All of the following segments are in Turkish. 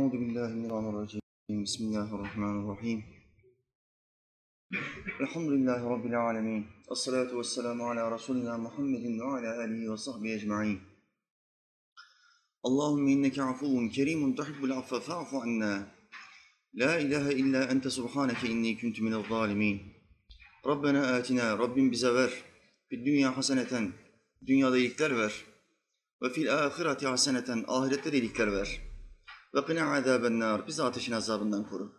Euzubillahimineşşeytanirracim. Bismillahirrahmanirrahim. Elhamdülillahi Rabbil alemin. Esselatu vesselamu ala Resulina Muhammedin ve ala alihi ve sahbihi ecma'in. Allahümme inneke afuvun kerimun tuhibbul affe fa'fu anna. La ilahe illa ente subhaneke inni kuntu minel zalimin. Rabbena atina, Rabbim bize ver. Fid dünya haseneten, dünyada iyilikler ver. Ve fil ahireti haseneten, ahirette de iyilikler ver. Ve qina azabennar, bizi ateşin azabından koru.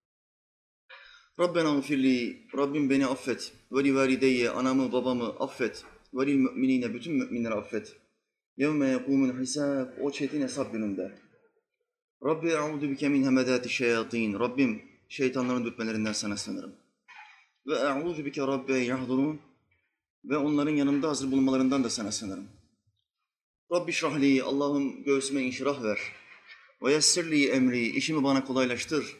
Rabbena ufirli, Rabbim beni affet. Ve li valideyye, anamı babamı affet. Ve lil müminine, bütün müminleri affet. Yevme yekumul hisab, o çetin hesap gününde. Rabbi e'udu bike min hemedati şeyatin, Rabbim şeytanların dürtmelerinden sana sığınırım. Ve e'udu bike Rabbi yahdurun, ve onların yanımda hazır bulunmalarından da sana sığınırım. Rabbi şrahli, Allah'ım göğsüme inşirah ver. Ve yessirli emri, işimi bana kolaylaştır.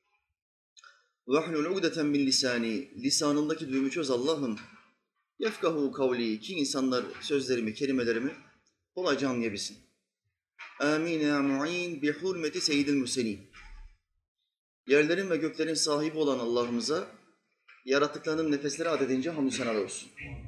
Ve ahlul ugdeten min lisani, lisanımdaki düğümü çöz Allah'ım. Yefkahu kavli, ki insanlar sözlerimi, kelimelerimi kolayca anlayabilsin. Amin ya mu'in bi hurmeti seyyidil murselin. Yerlerin ve göklerin sahibi olan Allah'ımıza yarattıklarının nefesleri adedince hamdü senalar olsun.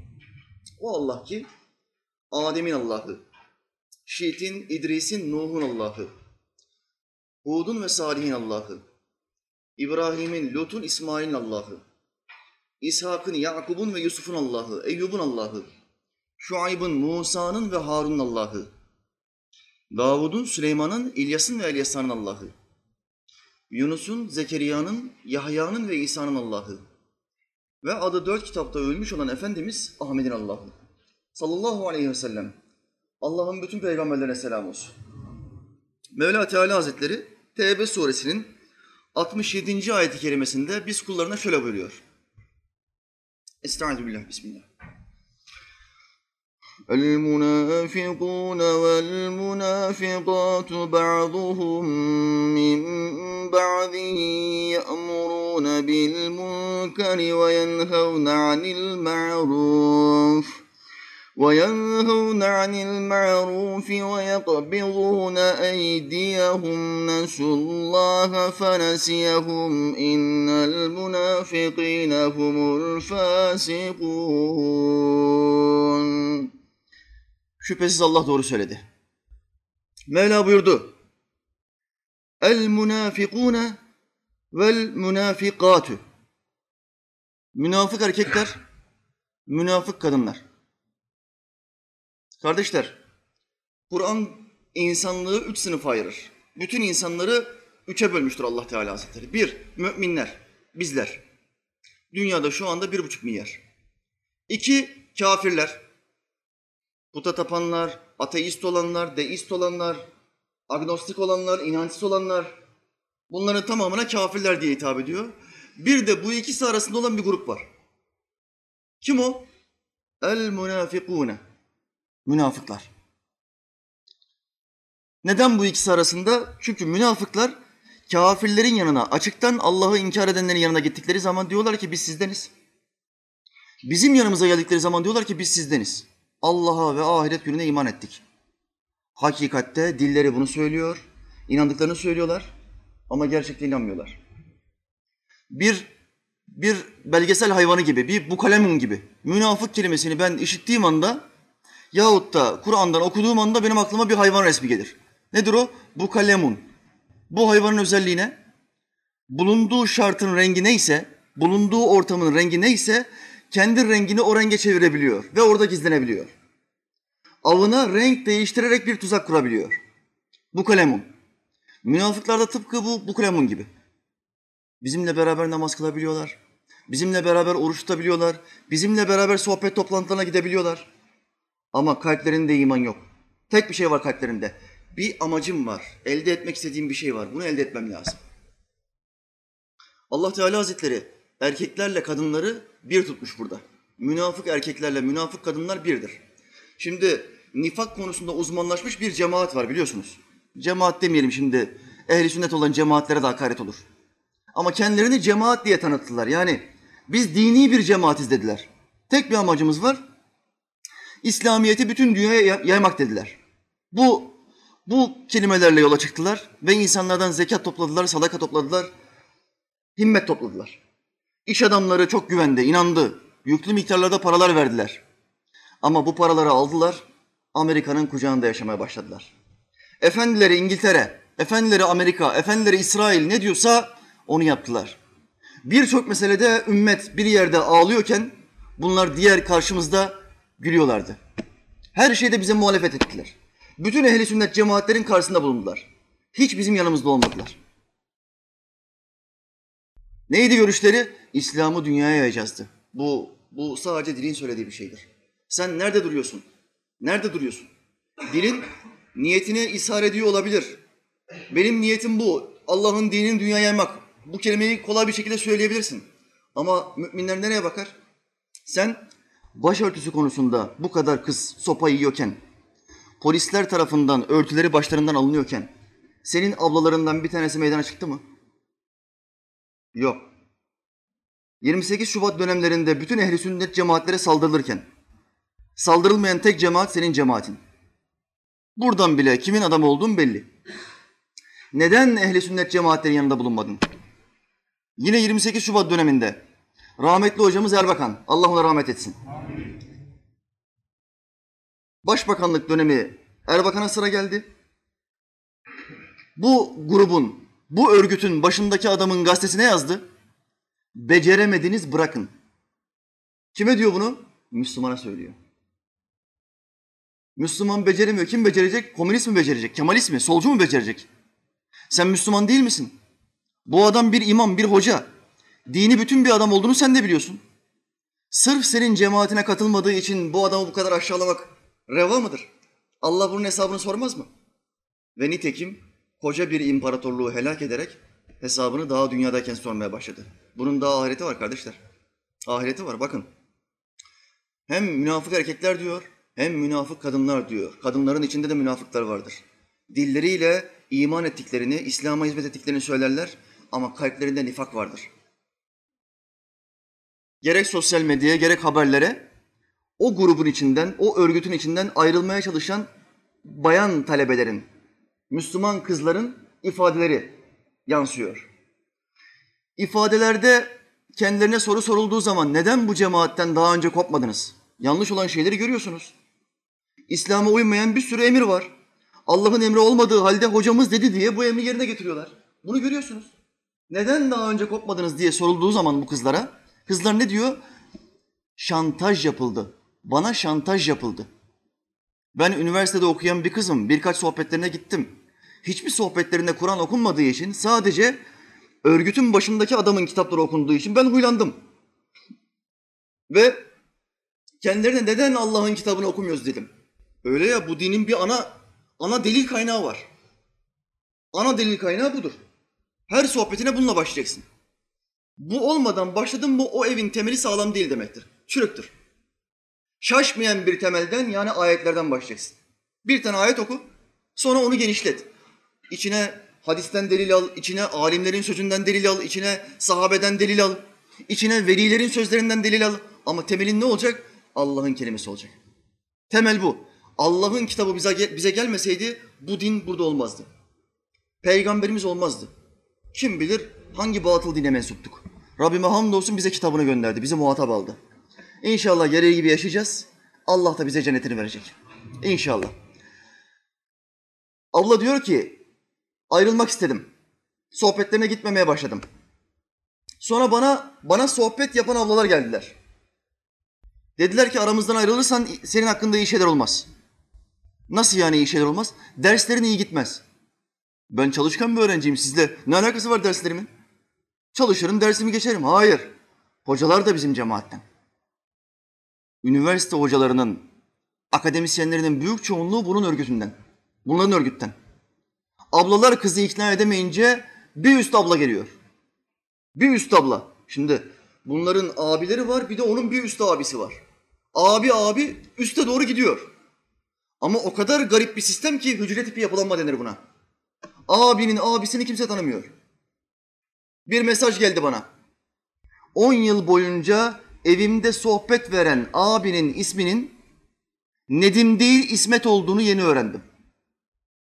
O Allah ki Adem'in Allah'ı, Şit'in, İdris'in, Nuh'un Allah'ı, Hud'un ve Salih'in Allah'ı, İbrahim'in, Lut'un, İsmail'in Allah'ı, İshak'ın, Yakub'un ve Yusuf'un Allah'ı, Eyyub'un Allah'ı, Şuayb'ın, Musa'nın ve Harun'un Allah'ı, Davud'un, Süleyman'ın, İlyas'ın ve Elyasa'nın Allah'ı, Yunus'un, Zekeriya'nın, Yahya'nın ve İsa'nın Allah'ı ve adı 4 kitapta ölmüş olan Efendimiz Ahmet'in Allah'ı sallallahu aleyhi ve sellem. Allah'ın bütün peygamberlerine selam olsun. Mevla Teala Hazretleri Tevbe suresinin 67. ayet-i kerimesinde biz kullarına şöyle buyuruyor. Estağfirullah, bismillah. الْمُنَافِقُونَ وَالْمُنَافِقَاتُ بَعْضُهُمْ مِنْ بَعْضٍ يَأْمُرُونَ بِالْمُنكَرِ وَيَنْهَوْنَ عَنِ الْمَعْرُوفِ وَيَقْبِضُونَ أَيْدِيَهُمْ نَسُوا اللّٰهَ فَنَسِيَهُمْ إِنَّ الْمُنَافِقِينَ هُمُ الْفَاسِقُونَ. Şüphesiz Allah doğru söyledi. Mevla buyurdu. El-münâfikûne vel-münâfikâtü. Münafık erkekler, münafık kadınlar. Kardeşler, Kur'an insanlığı 3 sınıfa ayırır. Bütün insanları 3'e bölmüştür Allah Teala Hazretleri. 1, müminler, bizler. Dünyada şu anda 1,5 milyar. 2, kafirler. Puta tapanlar, ateist olanlar, deist olanlar, agnostik olanlar, inançsız olanlar. Bunların tamamına kafirler diye hitap ediyor. Bir de bu ikisi arasında olan bir grup var. Kim o? El-münâfikûne. Münafıklar. Neden bu ikisi arasında? Çünkü münafıklar kafirlerin yanına, açıktan Allah'ı inkar edenlerin yanına gittikleri zaman diyorlar ki biz sizdeniz. Bizim yanımıza geldikleri zaman diyorlar ki biz sizdeniz. Allah'a ve ahiret gününe iman ettik. Hakikatte dilleri bunu söylüyor, inandıklarını söylüyorlar ama gerçekten inanmıyorlar. Bir belgesel hayvanı gibi, bir bukalemun gibi. Münafık kelimesini ben işittiğim anda yahut da Kur'an'dan okuduğum anda benim aklıma bir hayvan resmi gelir. Nedir o? Bukalemun. Bu hayvanın özelliği ne? Bulunduğu şartın rengi neyse, bulunduğu ortamın rengi neyse kendi rengini o renge çevirebiliyor ve orada gizlenebiliyor. Avına renk değiştirerek bir tuzak kurabiliyor. Bukalemun. Münafıklar da tıpkı bu bukalemun gibi. Bizimle beraber namaz kılabiliyorlar. Bizimle beraber oruç tutabiliyorlar. Bizimle beraber sohbet toplantılarına gidebiliyorlar. Ama kalplerinde iman yok. Tek bir şey var kalplerinde. Bir amacım var. Elde etmek istediğim bir şey var. Bunu elde etmem lazım. Allah Teala Hazretleri erkeklerle kadınları bir tutmuş burada. Münafık erkeklerle münafık kadınlar birdir. Şimdi nifak konusunda uzmanlaşmış bir cemaat var biliyorsunuz. Cemaat demeyelim şimdi. Ehli sünnet olan cemaatlere de hakaret olur. Ama kendilerini cemaat diye tanıttılar. Yani biz dini bir cemaatiz dediler. Tek bir amacımız var. İslamiyet'i bütün dünyaya yaymak dediler. Bu Bu kelimelerle yola çıktılar ve insanlardan zekat topladılar, sadaka topladılar, himmet topladılar. İş adamları çok güvendi, inandı. Yüklü miktarlarda paralar verdiler. Ama bu paraları aldılar, Amerika'nın kucağında yaşamaya başladılar. Efendileri İngiltere, efendileri Amerika, efendileri İsrail ne diyorsa onu yaptılar. Birçok meselede ümmet bir yerde ağlıyorken bunlar diğer karşımızda gülüyorlardı. Her şeyde bize muhalefet ettiler. Bütün ehli sünnet cemaatlerin karşısında bulundular. Hiç bizim yanımızda olmadılar. Neydi görüşleri? İslam'ı dünyaya yayacağızdı. Bu sadece dilin söylediği bir şeydir. Sen nerede duruyorsun? Nerede duruyorsun? Dilin niyetine ishar ediyor olabilir. Benim niyetim bu. Allah'ın dinini dünyaya yaymak. Bu kelimeyi kolay bir şekilde söyleyebilirsin. Ama müminler nereye bakar? Sen başörtüsü konusunda bu kadar kız sopa yiyorken, polisler tarafından örtüleri başlarından alınıyorken, senin ablalarından bir tanesi meydana çıktı mı? Yok. 28 Şubat dönemlerinde bütün ehli sünnet cemaatlere saldırılırken, saldırılmayan tek cemaat senin cemaatin. Buradan bile kimin adamı olduğun belli. Neden ehli sünnet cemaatlerin yanında bulunmadın? Yine 28 Şubat döneminde rahmetli hocamız Erbakan, Allah ona rahmet etsin. Başbakanlık dönemi Erbakan'a sıra geldi. Bu grubun, bu örgütün başındaki adamın gazetesine yazdı. Beceremediniz bırakın. Kime diyor bunu? Müslümana söylüyor. Müslüman beceremiyor. Kim becerecek? Komünist mi becerecek? Kemalist mi? Solcu mu becerecek? Sen Müslüman değil misin? Bu adam bir imam, bir hoca. Dini bütün bir adam olduğunu sen de biliyorsun. Sırf senin cemaatine katılmadığı için bu adamı bu kadar aşağılamak reva mıdır? Allah bunun hesabını sormaz mı? Ve nitekim koca bir imparatorluğu helak ederek hesabını daha dünyadayken sormaya başladı. Bunun daha ahireti var kardeşler. Ahireti var bakın. Hem münafık erkekler diyor, hem münafık kadınlar diyor. Kadınların içinde de münafıklar vardır. Dilleriyle iman ettiklerini, İslam'a hizmet ettiklerini söylerler ama kalplerinde nifak vardır. Gerek sosyal medyaya, gerek haberlere o grubun içinden, o örgütün içinden ayrılmaya çalışan bayan talebelerin, Müslüman kızların ifadeleri yansıyor. İfadelerde kendilerine soru sorulduğu zaman neden bu cemaatten daha önce kopmadınız? Yanlış olan şeyleri görüyorsunuz. İslam'a uymayan bir sürü emir var. Allah'ın emri olmadığı halde hocamız dedi diye bu emri yerine getiriyorlar. Bunu görüyorsunuz. Neden daha önce kopmadınız diye sorulduğu zaman bu kızlara, kızlar ne diyor? Şantaj yapıldı. Bana şantaj yapıldı. Ben üniversitede okuyan bir kızım. Birkaç sohbetlerine gittim. Hiçbir sohbetlerinde Kur'an okunmadığı için sadece örgütün başındaki adamın kitapları okunduğu için ben huylandım. Ve kendilerine neden Allah'ın kitabını okumuyoruz dedim. Öyle ya bu dinin bir ana delil kaynağı var. Ana delil kaynağı budur. Her sohbetine bununla başlayacaksın. Bu olmadan başladın mı o evin temeli sağlam değil demektir. Çürüktür. Şaşmayan bir temelden yani ayetlerden başlayacaksın. Bir tane ayet oku, sonra onu genişlet. İçine hadisten delil al, içine alimlerin sözünden delil al, içine sahabeden delil al, içine velilerin sözlerinden delil al. Ama temelin ne olacak? Allah'ın kelimesi olacak. Temel bu. Allah'ın kitabı bize gelmeseydi bu din burada olmazdı. Peygamberimiz olmazdı. Kim bilir hangi batıl dine mensuptuk. Rabbime hamdolsun bize kitabını gönderdi, bizi muhatap aldı. İnşallah gereği gibi yaşayacağız. Allah da bize cennetini verecek. İnşallah. Allah diyor ki ayrılmak istedim. Sohbetlerine gitmemeye başladım. Sonra bana sohbet yapan ablalar geldiler. Dediler ki aramızdan ayrılırsan senin hakkında iyi şeyler olmaz. Nasıl yani iyi şeyler olmaz? Derslerin iyi gitmez. Ben çalışkan bir öğrenciyim sizle. Ne alakası var derslerimin? Çalışırım, dersimi geçerim. Hayır. Hocalar da bizim cemaatten. Üniversite hocalarının, akademisyenlerinin büyük çoğunluğu bunun örgütünden. Bunların örgütten. Ablalar kızı ikna edemeyince bir üst abla geliyor. Bir üst abla. Şimdi bunların abileri var, bir de onun bir üst abisi var. Abi üste doğru gidiyor. Ama o kadar garip bir sistem ki hücre tipi yapılanma denir buna. Abinin abisini kimse tanımıyor. Bir mesaj geldi bana. 10 yıl boyunca evimde sohbet veren abinin isminin Nedim değil İsmet olduğunu yeni öğrendim.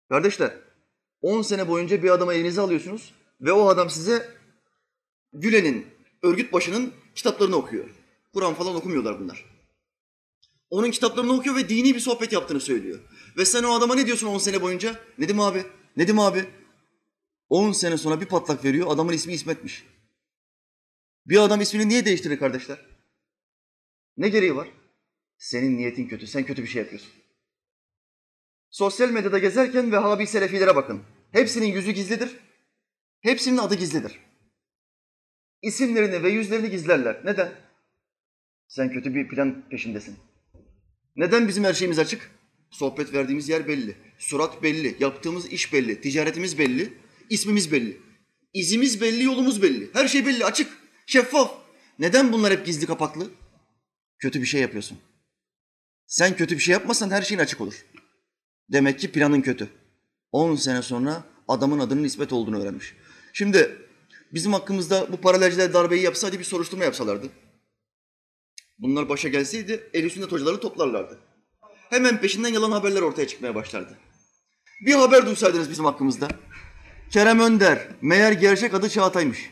Kardeşler, 10 sene boyunca bir adama elinize alıyorsunuz ve o adam size Gülen'in, örgütbaşının kitaplarını okuyor. Kur'an falan okumuyorlar bunlar. Onun kitaplarını okuyor ve dini bir sohbet yaptığını söylüyor. Ve sen o adama ne diyorsun 10 sene boyunca? Nedim abi, Nedim abi. 10 sene sonra bir patlak veriyor, adamın ismi İsmet'miş. Bir adam ismini niye değiştirir kardeşler? Ne gereği var? Senin niyetin kötü, sen kötü bir şey yapıyorsun. Sosyal medyada gezerken Vehhabi Selefilere bakın. Hepsinin yüzü gizlidir, hepsinin adı gizlidir. İsimlerini ve yüzlerini gizlerler. Neden? Sen kötü bir plan peşindesin. Neden bizim her şeyimiz açık? Sohbet verdiğimiz yer belli, surat belli, yaptığımız iş belli, ticaretimiz belli, ismimiz belli. İzimiz belli, yolumuz belli. Her şey belli, açık, şeffaf. Neden bunlar hep gizli kapaklı? Kötü bir şey yapıyorsun. Sen kötü bir şey yapmazsan her şeyin açık olur. Demek ki planın kötü. 10 sene sonra adamın adının İsmet olduğunu öğrenmiş. Şimdi bizim hakkımızda bu paralelciler darbeyi yapsaydı bir soruşturma yapsalardı. Bunlar başa gelseydi el sünnet hocaları toplarlardı. Hemen peşinden yalan haberler ortaya çıkmaya başlardı. Bir haber duysaydınız bizim hakkımızda. Kerem Önder, meğer gerçek adı Çağatay'mış.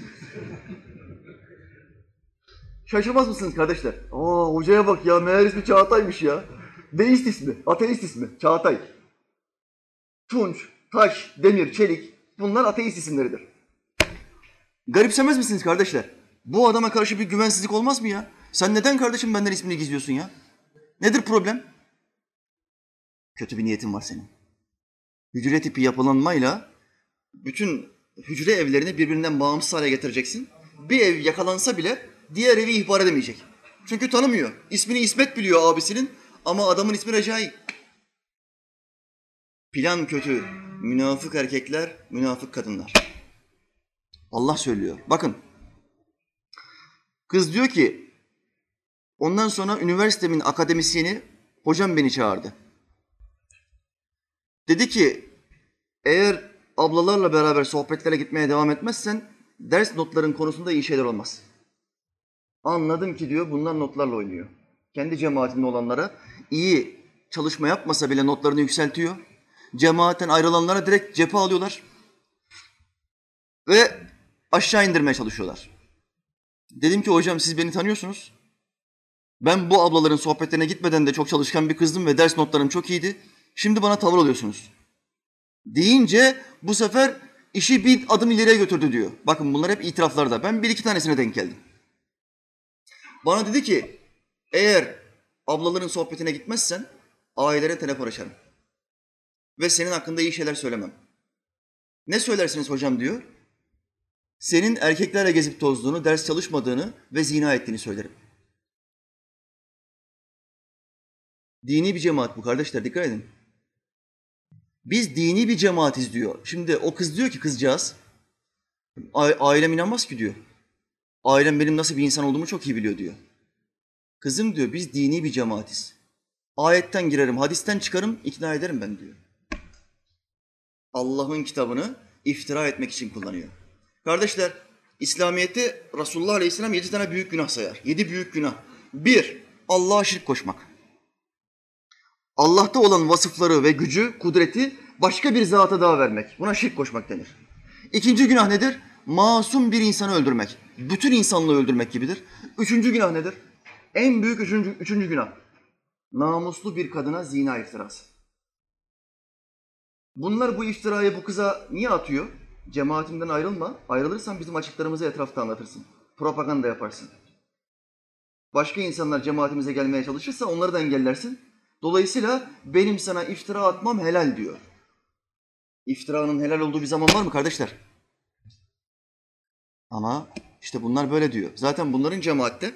Şaşırmaz mısınız kardeşler? Hocaya bak ya, meğer ismi Çağatay'mış ya. Deist ismi, ateist ismi, Çağatay. Tunç, Taş, Demir, Çelik, bunlar ateist isimleridir. Garipsemez misiniz kardeşler? Bu adama karşı bir güvensizlik olmaz mı ya? Sen neden kardeşim benden ismini gizliyorsun ya? Nedir problem? Kötü bir niyetin var senin. Hücre tipi yapılanmayla bütün hücre evlerini birbirinden bağımsız hale getireceksin. Bir ev yakalansa bile diğer evi ihbar edemeyecek. Çünkü tanımıyor. İsmini İsmet biliyor abisinin ama adamın ismi Recai. Plan kötü. Münafık erkekler, münafık kadınlar. Allah söylüyor. Bakın. Kız diyor ki, ondan sonra üniversitemin akademisyeni hocam beni çağırdı. Dedi ki, eğer ablalarla beraber sohbetlere gitmeye devam etmezsen ders notların konusunda iyi şeyler olmaz. Anladım ki diyor bunlar notlarla oynuyor. Kendi cemaatinde olanlara iyi çalışma yapmasa bile notlarını yükseltiyor. Cemaatten ayrılanlara direkt cephe alıyorlar ve aşağı indirmeye çalışıyorlar. Dedim ki hocam siz beni tanıyorsunuz. Ben bu ablaların sohbetlerine gitmeden de çok çalışkan bir kızdım ve ders notlarım çok iyiydi. Şimdi bana tavır alıyorsunuz. Deyince bu sefer işi bir adım ileriye götürdü diyor. Bakın bunlar hep itiraflarda. Ben bir iki tanesine denk geldim. Bana dedi ki eğer ablaların sohbetine gitmezsen ailelere telefon açarım. Ve senin hakkında iyi şeyler söylemem. Ne söylersiniz hocam diyor. Senin erkeklerle gezip tozduğunu, ders çalışmadığını ve zina ettiğini söylerim. Dini bir cemaat bu kardeşler, dikkat edin. Biz dini bir cemaatiz diyor. Şimdi o kız diyor ki kızcağız, ailem inanmaz ki diyor. Ailem benim nasıl bir insan olduğumu çok iyi biliyor diyor. Kızım diyor biz dini bir cemaatiz. Ayetten girerim, hadisten çıkarım, ikna ederim ben diyor. Allah'ın kitabını iftira etmek için kullanıyor. Kardeşler, İslamiyet'te Resulullah Aleyhisselam 7 tane büyük günah sayar. 7 büyük günah. 1. Allah'a şirk koşmak. Allah'ta olan vasıfları ve gücü, kudreti başka bir zata daha vermek. Buna şirk koşmak denir. 2. günah nedir? Masum bir insanı öldürmek. Bütün insanlığı öldürmek gibidir. 3. günah nedir? En büyük üçüncü günah. Namuslu bir kadına zina iftirası. Bunlar bu iftirayı bu kıza niye atıyor? Cemaatimden ayrılma. Ayrılırsan bizim açıklarımızı etrafta anlatırsın. Propaganda yaparsın. Başka insanlar cemaatimize gelmeye çalışırsa onları da engellersin. Dolayısıyla benim sana iftira atmam helal diyor. İftiranın helal olduğu bir zaman var mı kardeşler? Ama işte bunlar böyle diyor. Zaten bunların cemaatte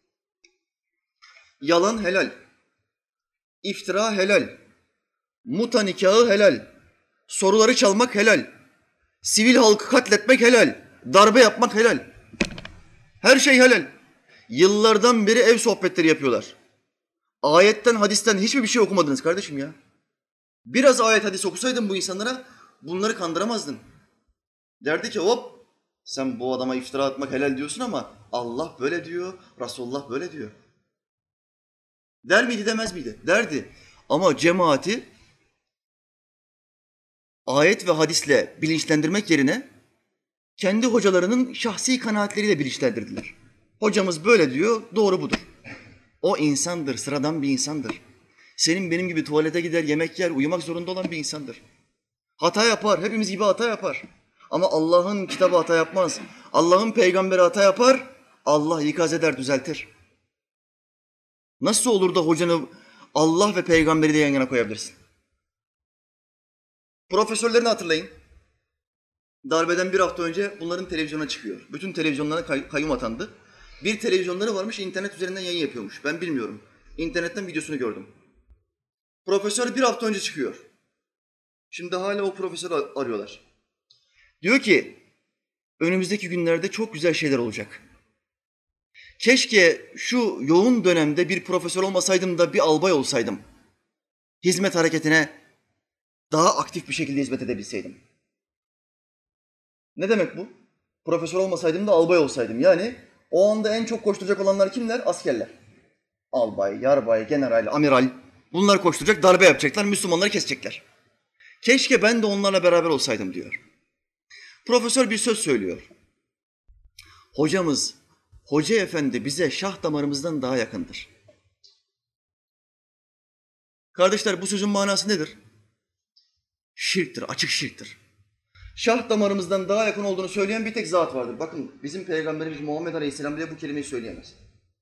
yalan helal, iftira helal, muta nikahı helal, soruları çalmak helal, sivil halkı katletmek helal, darbe yapmak helal. Her şey helal. Yıllardan beri ev sohbetleri yapıyorlar. Ayetten, hadisten hiçbir şey okumadınız kardeşim ya. Biraz ayet hadis okusaydın bu insanlara bunları kandıramazdın. Derdi ki hop sen bu adama iftira atmak helal diyorsun ama Allah böyle diyor, Resulullah böyle diyor. Der miydi demez miydi? Derdi. Ama cemaati ayet ve hadisle bilinçlendirmek yerine kendi hocalarının şahsi kanaatleriyle bilinçlendirdiler. Hocamız böyle diyor, doğru budur. O insandır, sıradan bir insandır. Senin benim gibi tuvalete gider, yemek yer, uyumak zorunda olan bir insandır. Hata yapar, hepimiz gibi hata yapar. Ama Allah'ın kitabı hata yapmaz. Allah'ın peygamberi hata yapar, Allah ikaz eder, düzeltir. Nasıl olur da hocanı Allah ve peygamberi de yan yana koyabilirsin? Profesörlerini hatırlayın. Darbeden bir hafta önce bunların televizyona çıkıyor. Bütün televizyonlara kayyum atandı. Bir televizyonları varmış, internet üzerinden yayın yapıyormuş. Ben bilmiyorum. İnternetten videosunu gördüm. Profesör bir hafta önce çıkıyor. Şimdi hala o profesörü arıyorlar. Diyor ki, önümüzdeki günlerde çok güzel şeyler olacak. Keşke şu yoğun dönemde bir profesör olmasaydım da bir albay olsaydım. Hizmet hareketine daha aktif bir şekilde hizmet edebilseydim. Ne demek bu? Profesör olmasaydım da albay olsaydım. Yani o anda en çok koşturacak olanlar kimler? Askerler. Albay, yarbay, general, amiral. Bunlar koşturacak, darbe yapacaklar, Müslümanları kesecekler. Keşke ben de onlarla beraber olsaydım diyor. Profesör bir söz söylüyor. Hocamız, hoca efendi bize şah damarımızdan daha yakındır. Kardeşler, bu sözün manası nedir? Şirktir, açık şirktir. Şah damarımızdan daha yakın olduğunu söyleyen bir tek zat vardır. Bakın, bizim Peygamberimiz Muhammed Aleyhisselam bile bu kelimeyi söyleyemez.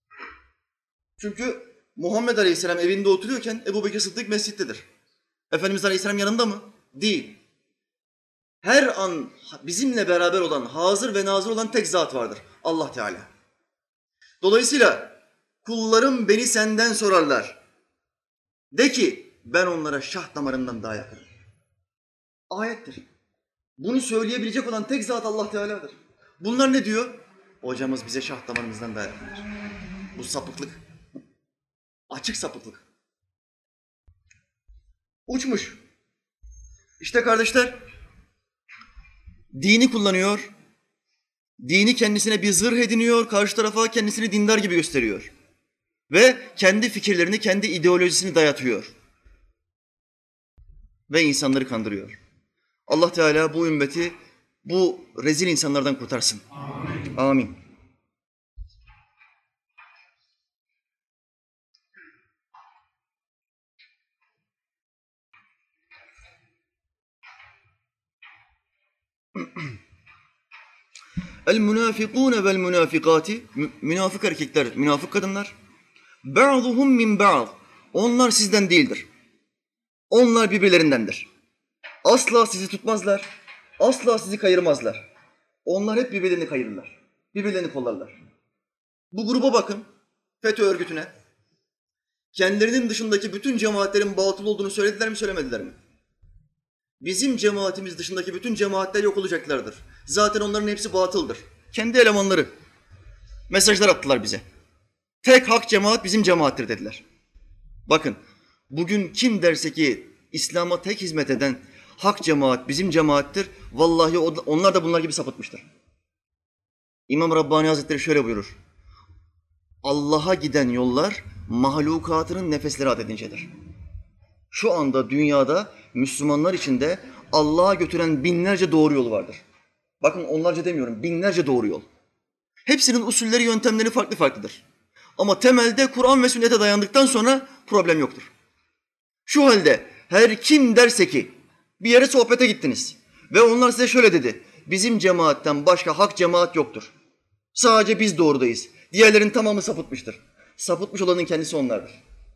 Çünkü Muhammed Aleyhisselam evinde oturuyorken Ebu Bekir Sıddık mescittedir. Efendimiz Aleyhisselam yanında mı? Değil. Her an bizimle beraber olan, hazır ve nazır olan tek zat vardır. Allah Teala. Dolayısıyla kullarım beni senden sorarlar. De ki ben onlara şah damarından daha yakınım. Ayettir. Bunu söyleyebilecek olan tek zat Allah Teala'dır. Bunlar ne diyor? Hocamız bize şah damarımızdan daha yakındır. Bu sapıklık. Açık sapıklık. Uçmuş. İşte kardeşler, dini kullanıyor, dini kendisine bir zırh ediniyor, karşı tarafa kendisini dindar gibi gösteriyor. Ve kendi fikirlerini, kendi ideolojisini dayatıyor. Ve insanları kandırıyor. Allah Teala bu ümmeti bu rezil insanlardan kurtarsın. Amin. Amin. El münafikûne vel münafikâti, münafık erkekler, münafık kadınlar. Ba'duhum min ba'd. Onlar sizden değildir. Onlar birbirlerindendir. Asla sizi tutmazlar, asla sizi kayırmazlar. Onlar hep birbirlerini kayırırlar, birbirlerini kollarlar. Bu gruba bakın, FETÖ örgütüne. Kendilerinin dışındaki bütün cemaatlerin batıl olduğunu söylediler mi, söylemediler mi? Bizim cemaatimiz dışındaki bütün cemaatler yok olacaklardır. Zaten onların hepsi batıldır. Kendi elemanları mesajlar attılar bize. Tek hak cemaat bizim cemaattir dediler. Bakın, bugün kim derse ki İslam'a tek hizmet eden hak cemaat bizim cemaattir, vallahi onlar da bunlar gibi sapıtmıştır. İmam Rabbani Hazretleri şöyle buyurur. Allah'a giden yollar mahlukatının nefesleri adedincedir. Şu anda dünyada Müslümanlar içinde Allah'a götüren binlerce doğru yol vardır. Bakın onlarca demiyorum, binlerce doğru yol. Hepsinin usulleri, yöntemleri farklı farklıdır. Ama temelde Kur'an ve sünnete dayandıktan sonra problem yoktur. Şu halde her kim derse ki bir yere sohbete gittiniz ve onlar size şöyle dedi. Bizim cemaatten başka hak cemaat yoktur. Sadece biz doğrudayız. Diğerlerin tamamı sapıtmıştır. Sapıtmış olanın kendisi onlardır.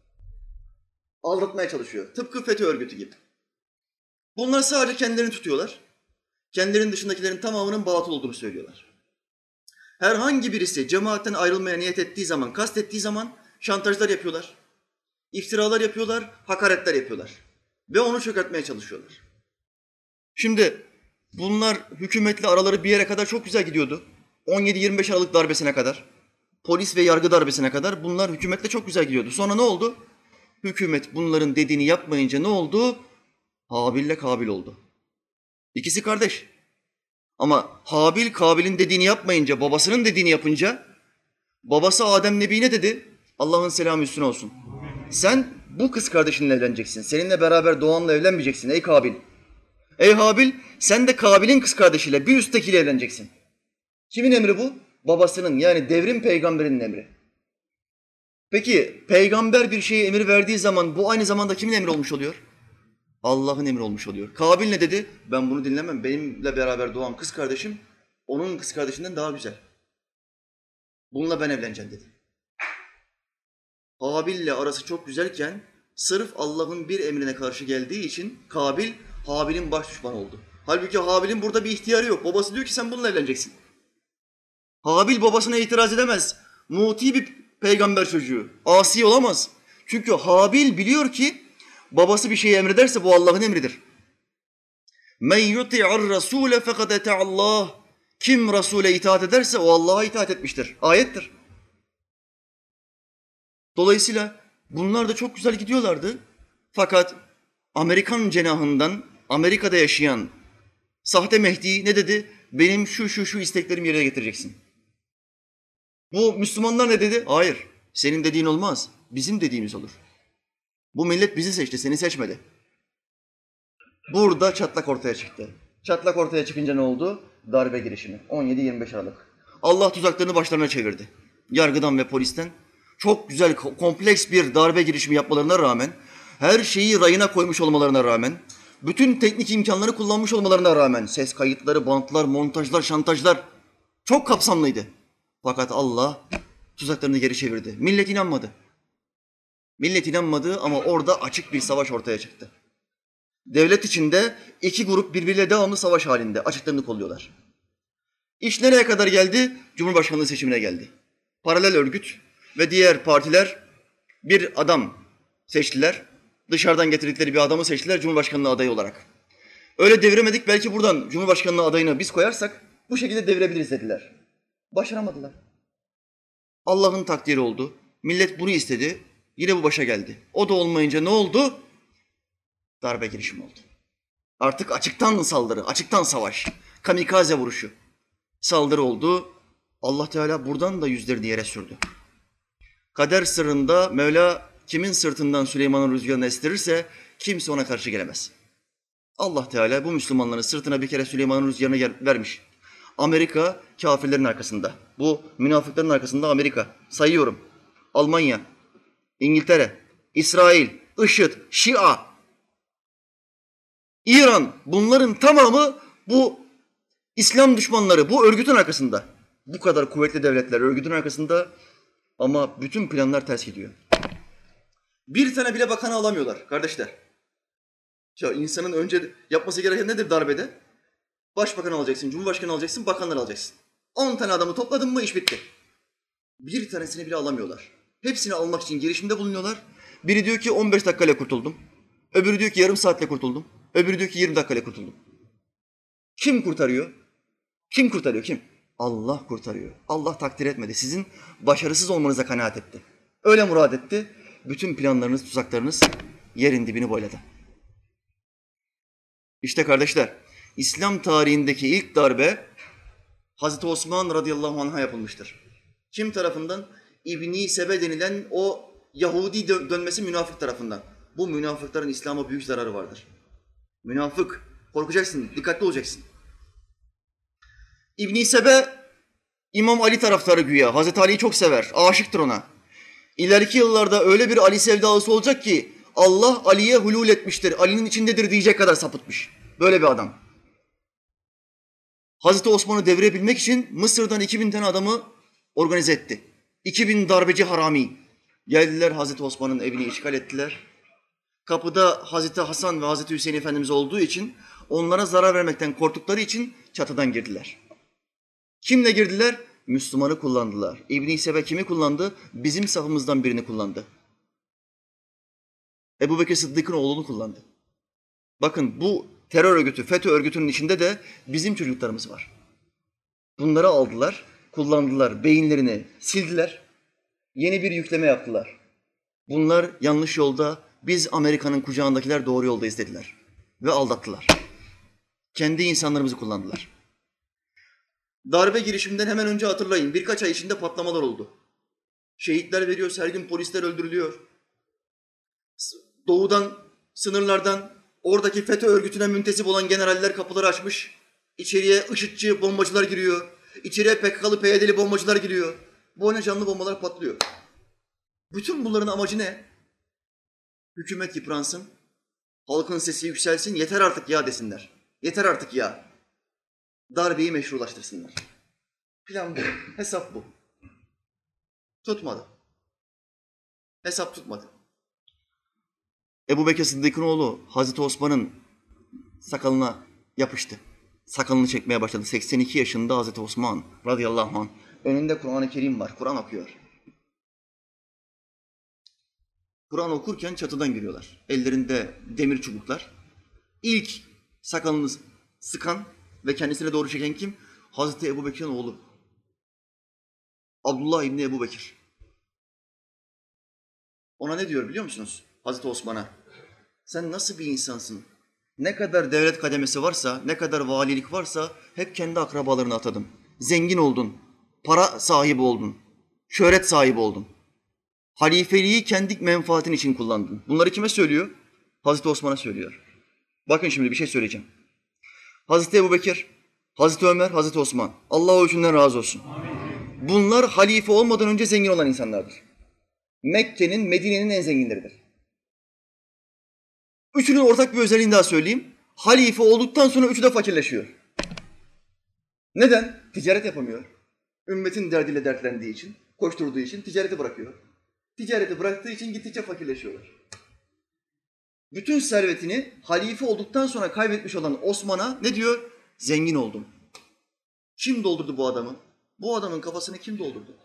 Aldatmaya çalışıyor. Tıpkı FETÖ örgütü gibi. Bunlar sadece kendilerini tutuyorlar. Kendilerinin dışındakilerin tamamının batıl olduğunu söylüyorlar. Herhangi birisi cemaatten ayrılmaya niyet ettiği zaman, kastettiği zaman şantajlar yapıyorlar. İftiralar yapıyorlar, hakaretler yapıyorlar. Ve onu çökertmeye çalışıyorlar. Şimdi bunlar hükümetle araları bir yere kadar çok güzel gidiyordu. 17-25 Aralık darbesine kadar, polis ve yargı darbesine kadar bunlar hükümetle çok güzel gidiyordu. Sonra ne oldu? Hükümet bunların dediğini yapmayınca ne oldu? Habil'le Kabil oldu. İkisi kardeş. Ama Habil Kabil'in dediğini yapmayınca, babasının dediğini yapınca, babası Adem Nebi ne dedi? Allah'ın selamı üstüne olsun. Sen bu kız kardeşinle evleneceksin. Seninle beraber doğanla evlenmeyeceksin ey Kabil. Ey Habil, sen de Kabil'in kız kardeşiyle bir üsttekiyle evleneceksin. Kimin emri bu? Babasının, yani devrim peygamberinin emri. Peki peygamber bir şeye emir verdiği zaman bu aynı zamanda kimin emri olmuş oluyor? Allah'ın emri olmuş oluyor. Kabil ne dedi? Ben bunu dinlemem. Benimle beraber doğan kız kardeşim onun kız kardeşinden daha güzel. Bununla ben evleneceğim dedi. Habil'le arası çok güzelken sırf Allah'ın bir emrine karşı geldiği için Kabil, Habil'in baş düşmanı oldu. Halbuki Habil'in burada bir ihtiyarı yok. Babası diyor ki sen bununla evleneceksin. Habil babasına itiraz edemez. Muti bir peygamber çocuğu. Asi olamaz. Çünkü Habil biliyor ki babası bir şeyi emrederse bu Allah'ın emridir. Men yuti'ar rasule fekad ete'allah. Kim Resul'e itaat ederse o Allah'a itaat etmiştir. Ayettir. Dolayısıyla bunlar da çok güzel gidiyorlardı. Fakat Amerikan cenahından Amerika'da yaşayan sahte Mehdi ne dedi? Benim şu isteklerimi yerine getireceksin. Bu Müslümanlar ne dedi? Hayır, senin dediğin olmaz. Bizim dediğimiz olur. Bu millet bizi seçti, seni seçmedi. Burada çatlak ortaya çıktı. Çatlak ortaya çıkınca ne oldu? Darbe girişimi. 17-25 Aralık. Allah tuzaklarını başlarına çevirdi. Yargıdan ve polisten çok güzel, kompleks bir darbe girişimi yapmalarına rağmen, her şeyi rayına koymuş olmalarına rağmen, bütün teknik imkanları kullanmış olmalarına rağmen, ses kayıtları, bantlar, montajlar, şantajlar çok kapsamlıydı. Fakat Allah tuzaklarını geri çevirdi. Millet inanmadı. Millet inanmadı ama orada açık bir savaş ortaya çıktı. Devlet içinde iki grup birbiriyle devamlı savaş halinde açıklarını kolluyorlar. İş nereye kadar geldi? Cumhurbaşkanlığı seçimine geldi. Paralel örgüt ve diğer partiler bir adam seçtiler. Dışarıdan getirdikleri bir adamı seçtiler Cumhurbaşkanlığı adayı olarak. Öyle deviremedik, belki buradan Cumhurbaşkanlığı adayını biz koyarsak bu şekilde devirebiliriz dediler. Başaramadılar. Allah'ın takdiri oldu. Millet bunu istedi. Yine bu başa geldi. O da olmayınca ne oldu? Darbe girişimi oldu. Artık açıktan saldırı, açıktan savaş, kamikaze vuruşu. Saldırı oldu. Allah Teala buradan da yüzlerini yere sürdü. Kader sırrında Mevla kimin sırtından Süleyman'ın rüzgarını estirirse kimse ona karşı gelemez. Allah Teala bu Müslümanların sırtına bir kere Süleyman'ın rüzgarını vermiş. Amerika kafirlerin arkasında. Bu münafıkların arkasında Amerika. Sayıyorum. Almanya, İngiltere, İsrail, IŞİD, Şia, İran, bunların tamamı bu İslam düşmanları, bu örgütün arkasında. Bu kadar kuvvetli devletler örgütün arkasında ama bütün planlar ters gidiyor. Bir tane bile bakanı alamıyorlar kardeşler. Ya insanın önce yapması gereken nedir darbede? Başbakan alacaksın, cumhurbaşkanı alacaksın, bakanlar alacaksın. 10 tane adamı topladın mı iş bitti. Bir tanesini bile alamıyorlar. Hepsini almak için girişimde bulunuyorlar. Biri diyor ki 15 dakikayla kurtuldum. Öbürü diyor ki yarım saatle kurtuldum. Öbürü diyor ki 20 dakikayla kurtuldum. Kim kurtarıyor? Kim kurtarıyor? Kim? Allah kurtarıyor. Allah takdir etmedi. Sizin başarısız olmanıza kanaat etti. Öyle murad etti. Bütün planlarınız, tuzaklarınız yerin dibini boyladı. İşte kardeşler, İslam tarihindeki ilk darbe Hazreti Osman radıyallahu anh'a yapılmıştır. Kim tarafından? İbn-i Sebe denilen o Yahudi dönmesi münafık tarafından. Bu münafıkların İslam'a büyük zararı vardır. Münafık, korkacaksın, dikkatli olacaksın. İbn-i Sebe, İmam Ali taraftarı güya. Hazreti Ali'yi çok sever, aşıktır ona. İleriki yıllarda öyle bir Ali sevdalısı olacak ki Allah Ali'ye hulul etmiştir, Ali'nin içindedir diyecek kadar sapıtmış. Böyle bir adam. Hazreti Osman'ı devirebilmek için Mısır'dan 2000 tane adamı organize etti. 2000 darbeci harami. Geldiler Hazreti Osman'ın evini işgal ettiler. Kapıda Hazreti Hasan ve Hazreti Hüseyin Efendimiz olduğu için onlara zarar vermekten korktukları için çatıdan girdiler. Kimle girdiler? Müslümanı kullandılar. İbn-i Sebe kimi kullandı? Bizim safımızdan birini kullandı. Ebu Bekir Sıddık'ın oğlunu kullandı. Bakın bu terör örgütü, FETÖ örgütünün içinde de bizim çocuklarımız var. Bunları aldılar, kullandılar, beyinlerini sildiler, yeni bir yükleme yaptılar. Bunlar yanlış yolda, biz Amerika'nın kucağındakiler doğru yoldayız dediler ve aldattılar. Kendi insanlarımızı kullandılar. Darbe girişiminden hemen önce hatırlayın, birkaç ay içinde patlamalar oldu. Şehitler veriyoruz, her gün polisler öldürülüyor. Doğudan, sınırlardan Oradaki FETÖ örgütüne müntesip olan generaller kapıları açmış. İçeriye IŞİD'ci bombacılar giriyor. İçeriye PKK'lı, PYD'li bombacılar giriyor. Bu oyuna canlı bombalar patlıyor. Bütün bunların amacı ne? Hükümet yıpransın, halkın sesi yükselsin, yeter artık ya desinler. Yeter artık ya. Darbeyi meşrulaştırsınlar. Plan bu, hesap bu. Tutmadı. Hesap tutmadı. Ebu Bekir Sıddık'ın oğlu Hazreti Osman'ın sakalına yapıştı. Sakalını çekmeye başladı. 82 yaşında Hazreti Osman radıyallahu anh. Önünde Kur'an-ı Kerim var. Kur'an okuyor. Kur'an okurken çatıdan giriyorlar. Ellerinde demir çubuklar. İlk sakalını sıkan ve kendisine doğru çeken kim? Hazreti Ebu Bekir'in oğlu. Abdullah İbni Ebu Bekir. Ona ne diyor biliyor musunuz? Hazreti Osman'a. Sen nasıl bir insansın? Ne kadar devlet kademesi varsa, ne kadar valilik varsa hep kendi akrabalarına atadım. Zengin oldun, para sahibi oldun, şöhret sahibi oldun. Halifeliği kendi menfaatin için kullandın. Bunları kime söylüyor? Hazreti Osman'a söylüyor. Bakın şimdi bir şey söyleyeceğim. Hazreti Ebubekir, Hazreti Ömer, Hazreti Osman. Allah o üçünden razı olsun. Bunlar halife olmadan önce zengin olan insanlardır. Mekke'nin, Medine'nin en zenginleridir. Üçünün ortak bir özelliğini daha söyleyeyim. Halife olduktan sonra üçü de fakirleşiyor. Neden? Ticaret yapamıyor. Ümmetin derdiyle dertlendiği için, koşturduğu için ticareti bırakıyor. Ticareti bıraktığı için gittikçe fakirleşiyorlar. Bütün servetini halife olduktan sonra kaybetmiş olan Osman'a ne diyor? Zengin oldum. Kim doldurdu bu adamı? Bu adamın kafasını kim doldurdu?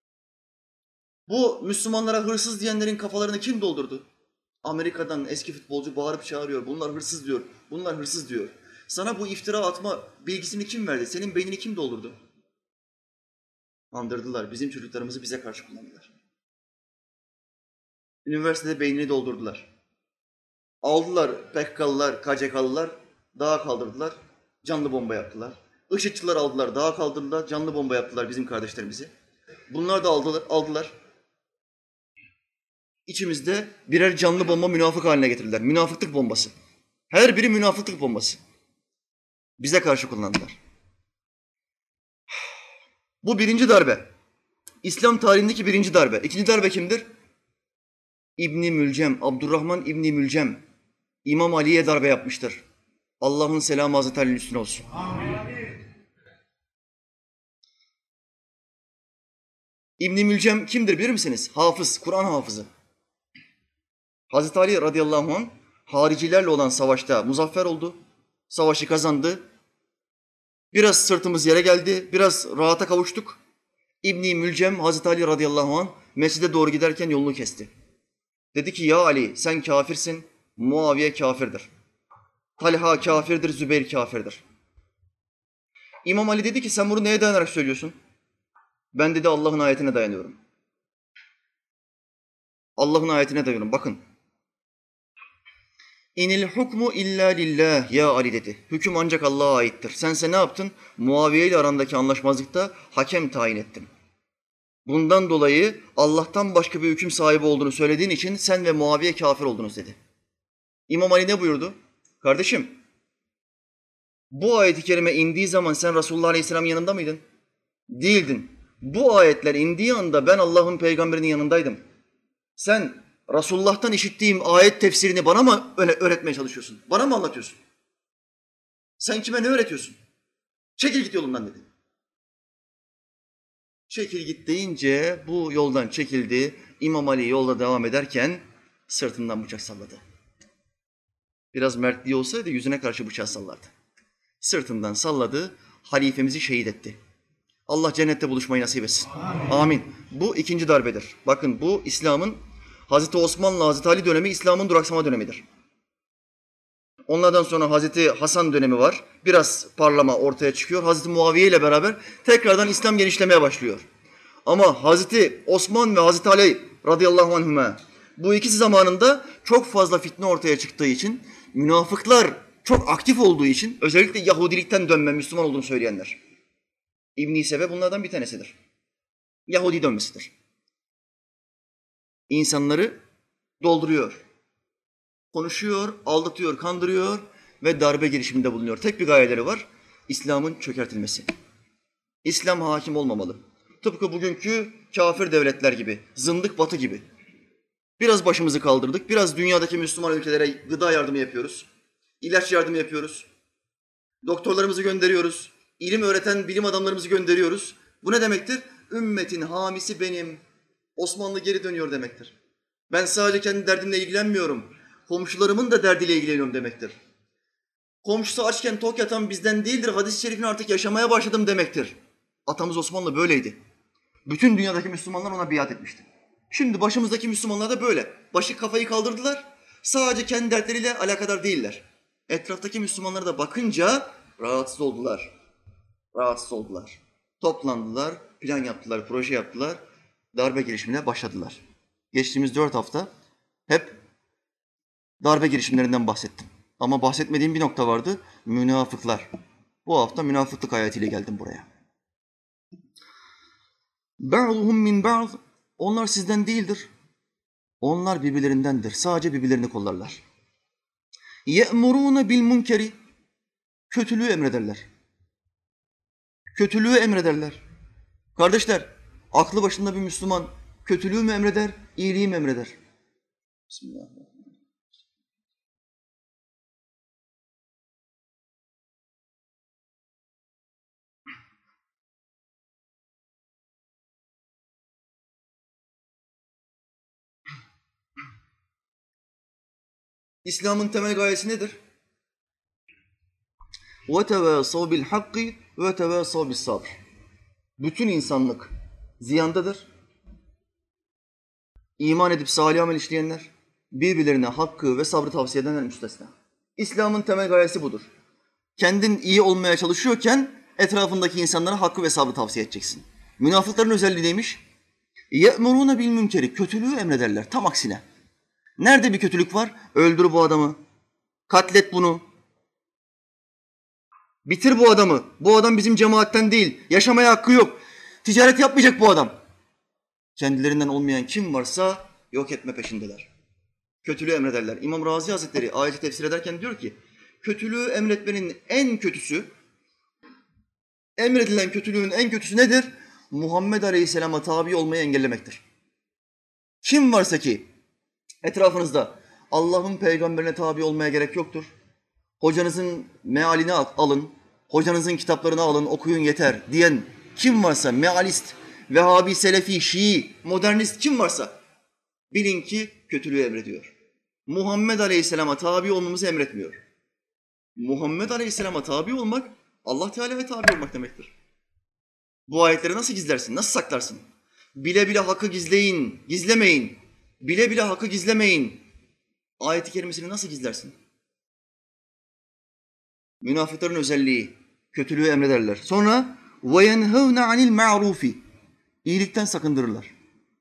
Bu Müslümanlara hırsız diyenlerin kafalarını kim doldurdu? Amerika'dan eski futbolcu bağırıp çağırıyor. Bunlar hırsız diyor. Bunlar hırsız diyor. Sana bu iftira atma bilgisini kim verdi? Senin beynini kim doldurdu? Andırdılar. Bizim çocuklarımızı bize karşı kullandılar. Üniversitede beynini doldurdular. Aldılar PKK'lılar, KCK'lılar, dağa kaldırdılar, canlı bomba yaptılar. IŞİD'çiler aldılar, dağa kaldırdılar, canlı bomba yaptılar bizim kardeşlerimizi. Bunlar da aldılar. İçimizde birer canlı bomba münafık haline getirdiler. Münafıklık bombası. Her biri münafıklık bombası. Bize karşı kullandılar. Bu birinci darbe. İslam tarihindeki birinci darbe. İkinci darbe kimdir? İbni Mülcem, Abdurrahman İbni Mülcem. İmam Ali'ye darbe yapmıştır. Allah'ın selamı Hazreti Ali'nin üstüne olsun. Amin. İbni Mülcem kimdir bilir misiniz? Hafız, Kur'an hafızı. Hazreti Ali radıyallahu anh haricilerle olan savaşta muzaffer oldu. Savaşı kazandı. Biraz sırtımız yere geldi, biraz rahata kavuştuk. İbni Mülcem Hazreti Ali radıyallahu anh mescide doğru giderken yolunu kesti. Dedi ki ya Ali sen kafirsin, Muaviye kafirdir. Talha kafirdir, Zübeyir kafirdir. İmam Ali dedi ki sen bunu neye dayanarak söylüyorsun? Ben dedi Allah'ın ayetine dayanıyorum. Allah'ın ayetine dayanıyorum. Bakın. İnil hukmu illa lillah ya Ali dedi. Hüküm ancak Allah'a aittir. Sense ne yaptın? Muaviye ile arandaki anlaşmazlıkta hakem tayin ettin. Bundan dolayı Allah'tan başka bir hüküm sahibi olduğunu söylediğin için sen ve Muaviye kafir oldunuz dedi. İmam Ali ne buyurdu? Kardeşim, bu ayet-i kerime indiği zaman sen Resulullah Aleyhisselam'ın yanında mıydın? Değildin. Bu ayetler indiği anda ben Allah'ın peygamberinin yanındaydım. Sen Resulullah'tan işittiğim ayet tefsirini bana mı öğretmeye çalışıyorsun? Bana mı anlatıyorsun? Sen kime ne öğretiyorsun? Çekil git yolumdan dedi. Çekil git deyince bu yoldan çekildi. İmam Ali yolda devam ederken sırtından bıçak salladı. Biraz mertliği olsaydı yüzüne karşı bıçağı sallardı. Sırtından salladı, halifemizi şehit etti. Allah cennette buluşmayı nasip etsin. Amin. Bu ikinci darbedir. Bakın bu İslam'ın Hazreti Osman'la Hazreti Ali dönemi İslam'ın duraksama dönemidir. Onlardan sonra Hazreti Hasan dönemi var. Biraz parlama ortaya çıkıyor. Hazreti Muaviye ile beraber tekrardan İslam genişlemeye başlıyor. Ama Hazreti Osman ve Hazreti Ali radıyallahu anhüme bu ikisi zamanında çok fazla fitne ortaya çıktığı için, münafıklar çok aktif olduğu için, özellikle Yahudilikten dönme Müslüman olduğunu söyleyenler. İbn-i Sebe bunlardan bir tanesidir. Yahudi dönmesidir. İnsanları dolduruyor. konuşuyor, aldatıyor, kandırıyor ve darbe girişiminde bulunuyor. Tek bir gayeleri var, İslam'ın çökertilmesi. İslam hakim olmamalı. Tıpkı bugünkü kafir devletler gibi, zındık Batı gibi. Biraz başımızı kaldırdık, biraz dünyadaki Müslüman ülkelere gıda yardımı yapıyoruz, ilaç yardımı yapıyoruz, doktorlarımızı gönderiyoruz, ilim öğreten bilim adamlarımızı gönderiyoruz. Bu ne demektir? Ümmetin hamisi benim, Osmanlı geri dönüyor demektir. Ben sadece kendi derdimle ilgilenmiyorum, komşularımın da derdiyle ilgileniyorum demektir. Komşusu açken tok yatan bizden değildir, hadis-i şerifini artık yaşamaya başladım demektir. Atamız Osmanlı böyleydi. Bütün dünyadaki Müslümanlar ona biat etmişti. Şimdi başımızdaki Müslümanlar da böyle. Başı kafayı kaldırdılar, sadece kendi dertleriyle alakadar değiller. Etraftaki Müslümanlara da bakınca rahatsız oldular. Rahatsız oldular. Toplandılar, plan yaptılar, proje yaptılar, darbe girişimine başladılar. Geçtiğimiz 4 hafta hep darbe girişimlerinden bahsettim. Ama bahsetmediğim bir nokta vardı, münafıklar. Bu hafta münafıklık ayetiyle geldim buraya. Ba'duhum min ba'd, onlar sizden değildir. Onlar birbirlerindendir. Sadece birbirlerini kollarlar. Ye'murûne bil munkeri, kötülüğü emrederler. Kötülüğü emrederler. Kardeşler, aklı başında bir Müslüman kötülüğü mü emreder, iyiliği mi emreder? Bismillahirrahmanirrahim. İslam'ın temel gayesi nedir? وَتَوَاسَوْا بِالْحَقِّ وَتَوَاسَوْا بِالصَّبْرِ. Bütün insanlık ziyandadır. İman edip salih amel işleyenler, birbirlerine hakkı ve sabrı tavsiye edenler müstesna. İslam'ın temel gayesi budur. Kendin iyi olmaya çalışıyorken etrafındaki insanlara hakkı ve sabrı tavsiye edeceksin. Münafıkların özelliği neymiş? يَأْمُرُونَ بِالْمُنْكَرِ, kötülüğü emrederler. Tam aksine. Nerede bir kötülük var? Öldür bu adamı. Katlet bunu. Bitir bu adamı. Bu adam bizim cemaatten değil. Yaşamaya hakkı yok. Ticaret yapmayacak bu adam. Kendilerinden olmayan kim varsa yok etme peşindeler. Kötülüğü emrederler. İmam Razi Hazretleri ayeti tefsir ederken diyor ki, kötülüğü emretmenin en kötüsü, emredilen kötülüğün en kötüsü nedir? Muhammed Aleyhisselam'a tabi olmayı engellemektir. Kim varsa ki etrafınızda Allah'ın peygamberine tabi olmaya gerek yoktur. Hocanızın mealini alın, hocanızın kitaplarını alın, okuyun yeter diyen kim varsa, mealist, Vehhabi, Selefi, Şii, modernist kim varsa bilin ki kötülüğü emrediyor. Muhammed Aleyhisselam'a tabi olmamızı emretmiyor. Muhammed Aleyhisselam'a tabi olmak, Allah Teala'ya tabi olmak demektir. Bu ayetleri nasıl gizlersin, nasıl saklarsın? Bile bile hakkı gizleyin, gizlemeyin. Bile bile hakkı gizlemeyin. Ayet-i kerimesini nasıl gizlersin? Münafıkların özelliği, kötülüğü emrederler. Sonra وَيَنْهَوْنَ عَنِ الْمَعْرُوفِ, İyilikten sakındırırlar.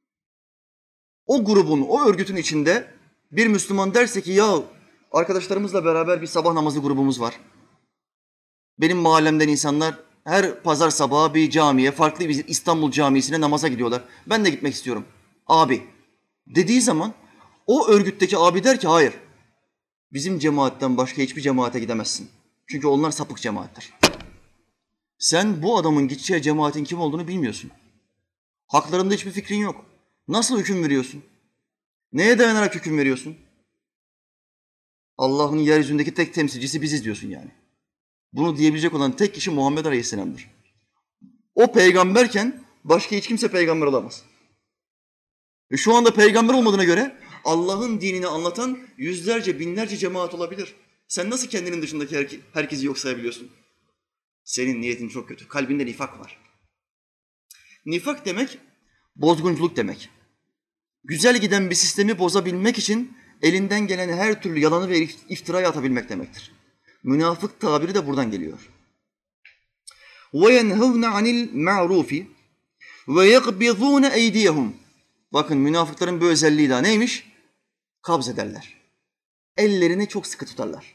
O grubun, o örgütün içinde bir Müslüman derse ki ya arkadaşlarımızla beraber bir sabah namazı grubumuz var. Benim mahallemden insanlar her pazar sabahı bir camiye, farklı bir İstanbul camisine namaza gidiyorlar. Ben de gitmek istiyorum. Abi dediği zaman o örgütteki abi der ki hayır. Bizim cemaatten başka hiçbir cemaate gidemezsin. Çünkü onlar sapık cemaattir. Sen bu adamın gideceği cemaatin kim olduğunu bilmiyorsun. Haklarında hiçbir fikrin yok. Nasıl hüküm veriyorsun? Neye dayanarak hüküm veriyorsun? Allah'ın yeryüzündeki tek temsilcisi biziz diyorsun yani. Bunu diyebilecek olan tek kişi Muhammed Aleyhisselam'dır. O peygamberken başka hiç kimse peygamber olamaz. Şu anda peygamber olmadığına göre Allah'ın dinini anlatan yüzlerce, binlerce cemaat olabilir. Sen nasıl kendinin dışındaki herkesi yok sayabiliyorsun? Senin niyetin çok kötü. Kalbinde nifak var. Nifak demek, bozgunculuk demek. Güzel giden bir sistemi bozabilmek için elinden gelen her türlü yalanı ve iftirayı atabilmek demektir. Münafık tabiri de buradan geliyor. وَيَنْهَوْنَ عَنِ الْمَعْرُوفِ وَيَقْبِضُونَ اَيْدِيَهُمْ. Bakın münafıkların bu özelliği daha neymiş? Kabz ederler. Ellerini çok sıkı tutarlar.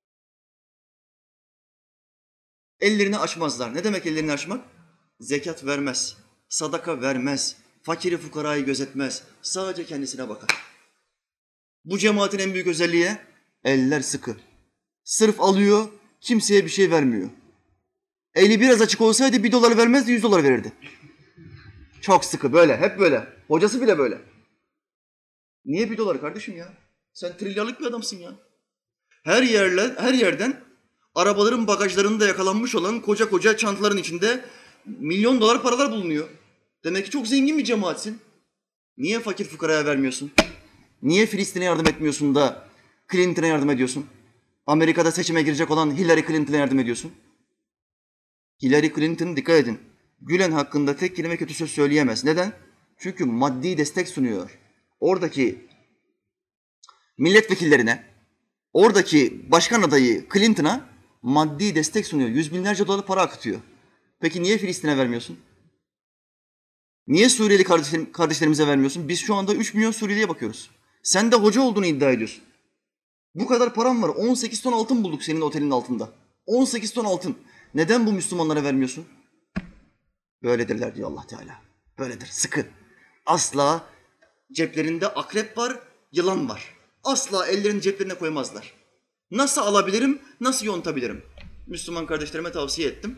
Ellerini açmazlar. Ne demek ellerini açmak? Zekat vermez, sadaka vermez, fakiri fukarayı gözetmez. Sadece kendisine bakar. Bu cemaatin en büyük özelliği eller sıkı. Sırf alıyor, kimseye bir şey vermiyor. Eli biraz açık olsaydı $1 vermezdi, $100 verirdi. Çok sıkı böyle, hep böyle. Hocası bile böyle. Niye $1 kardeşim ya? Sen trilyarlık bir adamsın ya. Her yerden arabaların bagajlarında yakalanmış olan koca koca çantaların içinde milyon dolar paralar bulunuyor. Demek ki çok zengin bir cemaatsin. Niye fakir fukaraya vermiyorsun? Niye Filistin'e yardım etmiyorsun da Clinton'a yardım ediyorsun? Amerika'da seçime girecek olan Hillary Clinton'a yardım ediyorsun? Hillary Clinton, dikkat edin, Gülen hakkında tek kelime kötü söz söyleyemez. Neden? Çünkü maddi destek sunuyor. Oradaki milletvekillerine, oradaki başkan adayı Clinton'a maddi destek sunuyor. Yüz binlerce dolar para akıtıyor. Peki niye Filistin'e vermiyorsun? Niye Suriyeli kardeşlerimize vermiyorsun? Biz şu anda 3 milyon Suriyeli'ye bakıyoruz. Sen de hoca olduğunu iddia ediyorsun. Bu kadar param var. 18 ton altın bulduk senin otelin altında. 18 ton altın. Neden bu Müslümanlara vermiyorsun? Böyledirler diyor Allah Teala. Böyledir, sıkı. Asla ceplerinde akrep var, yılan var. Asla ellerini ceplerine koymazlar. Nasıl alabilirim, nasıl yontabilirim? Müslüman kardeşlerime tavsiye ettim.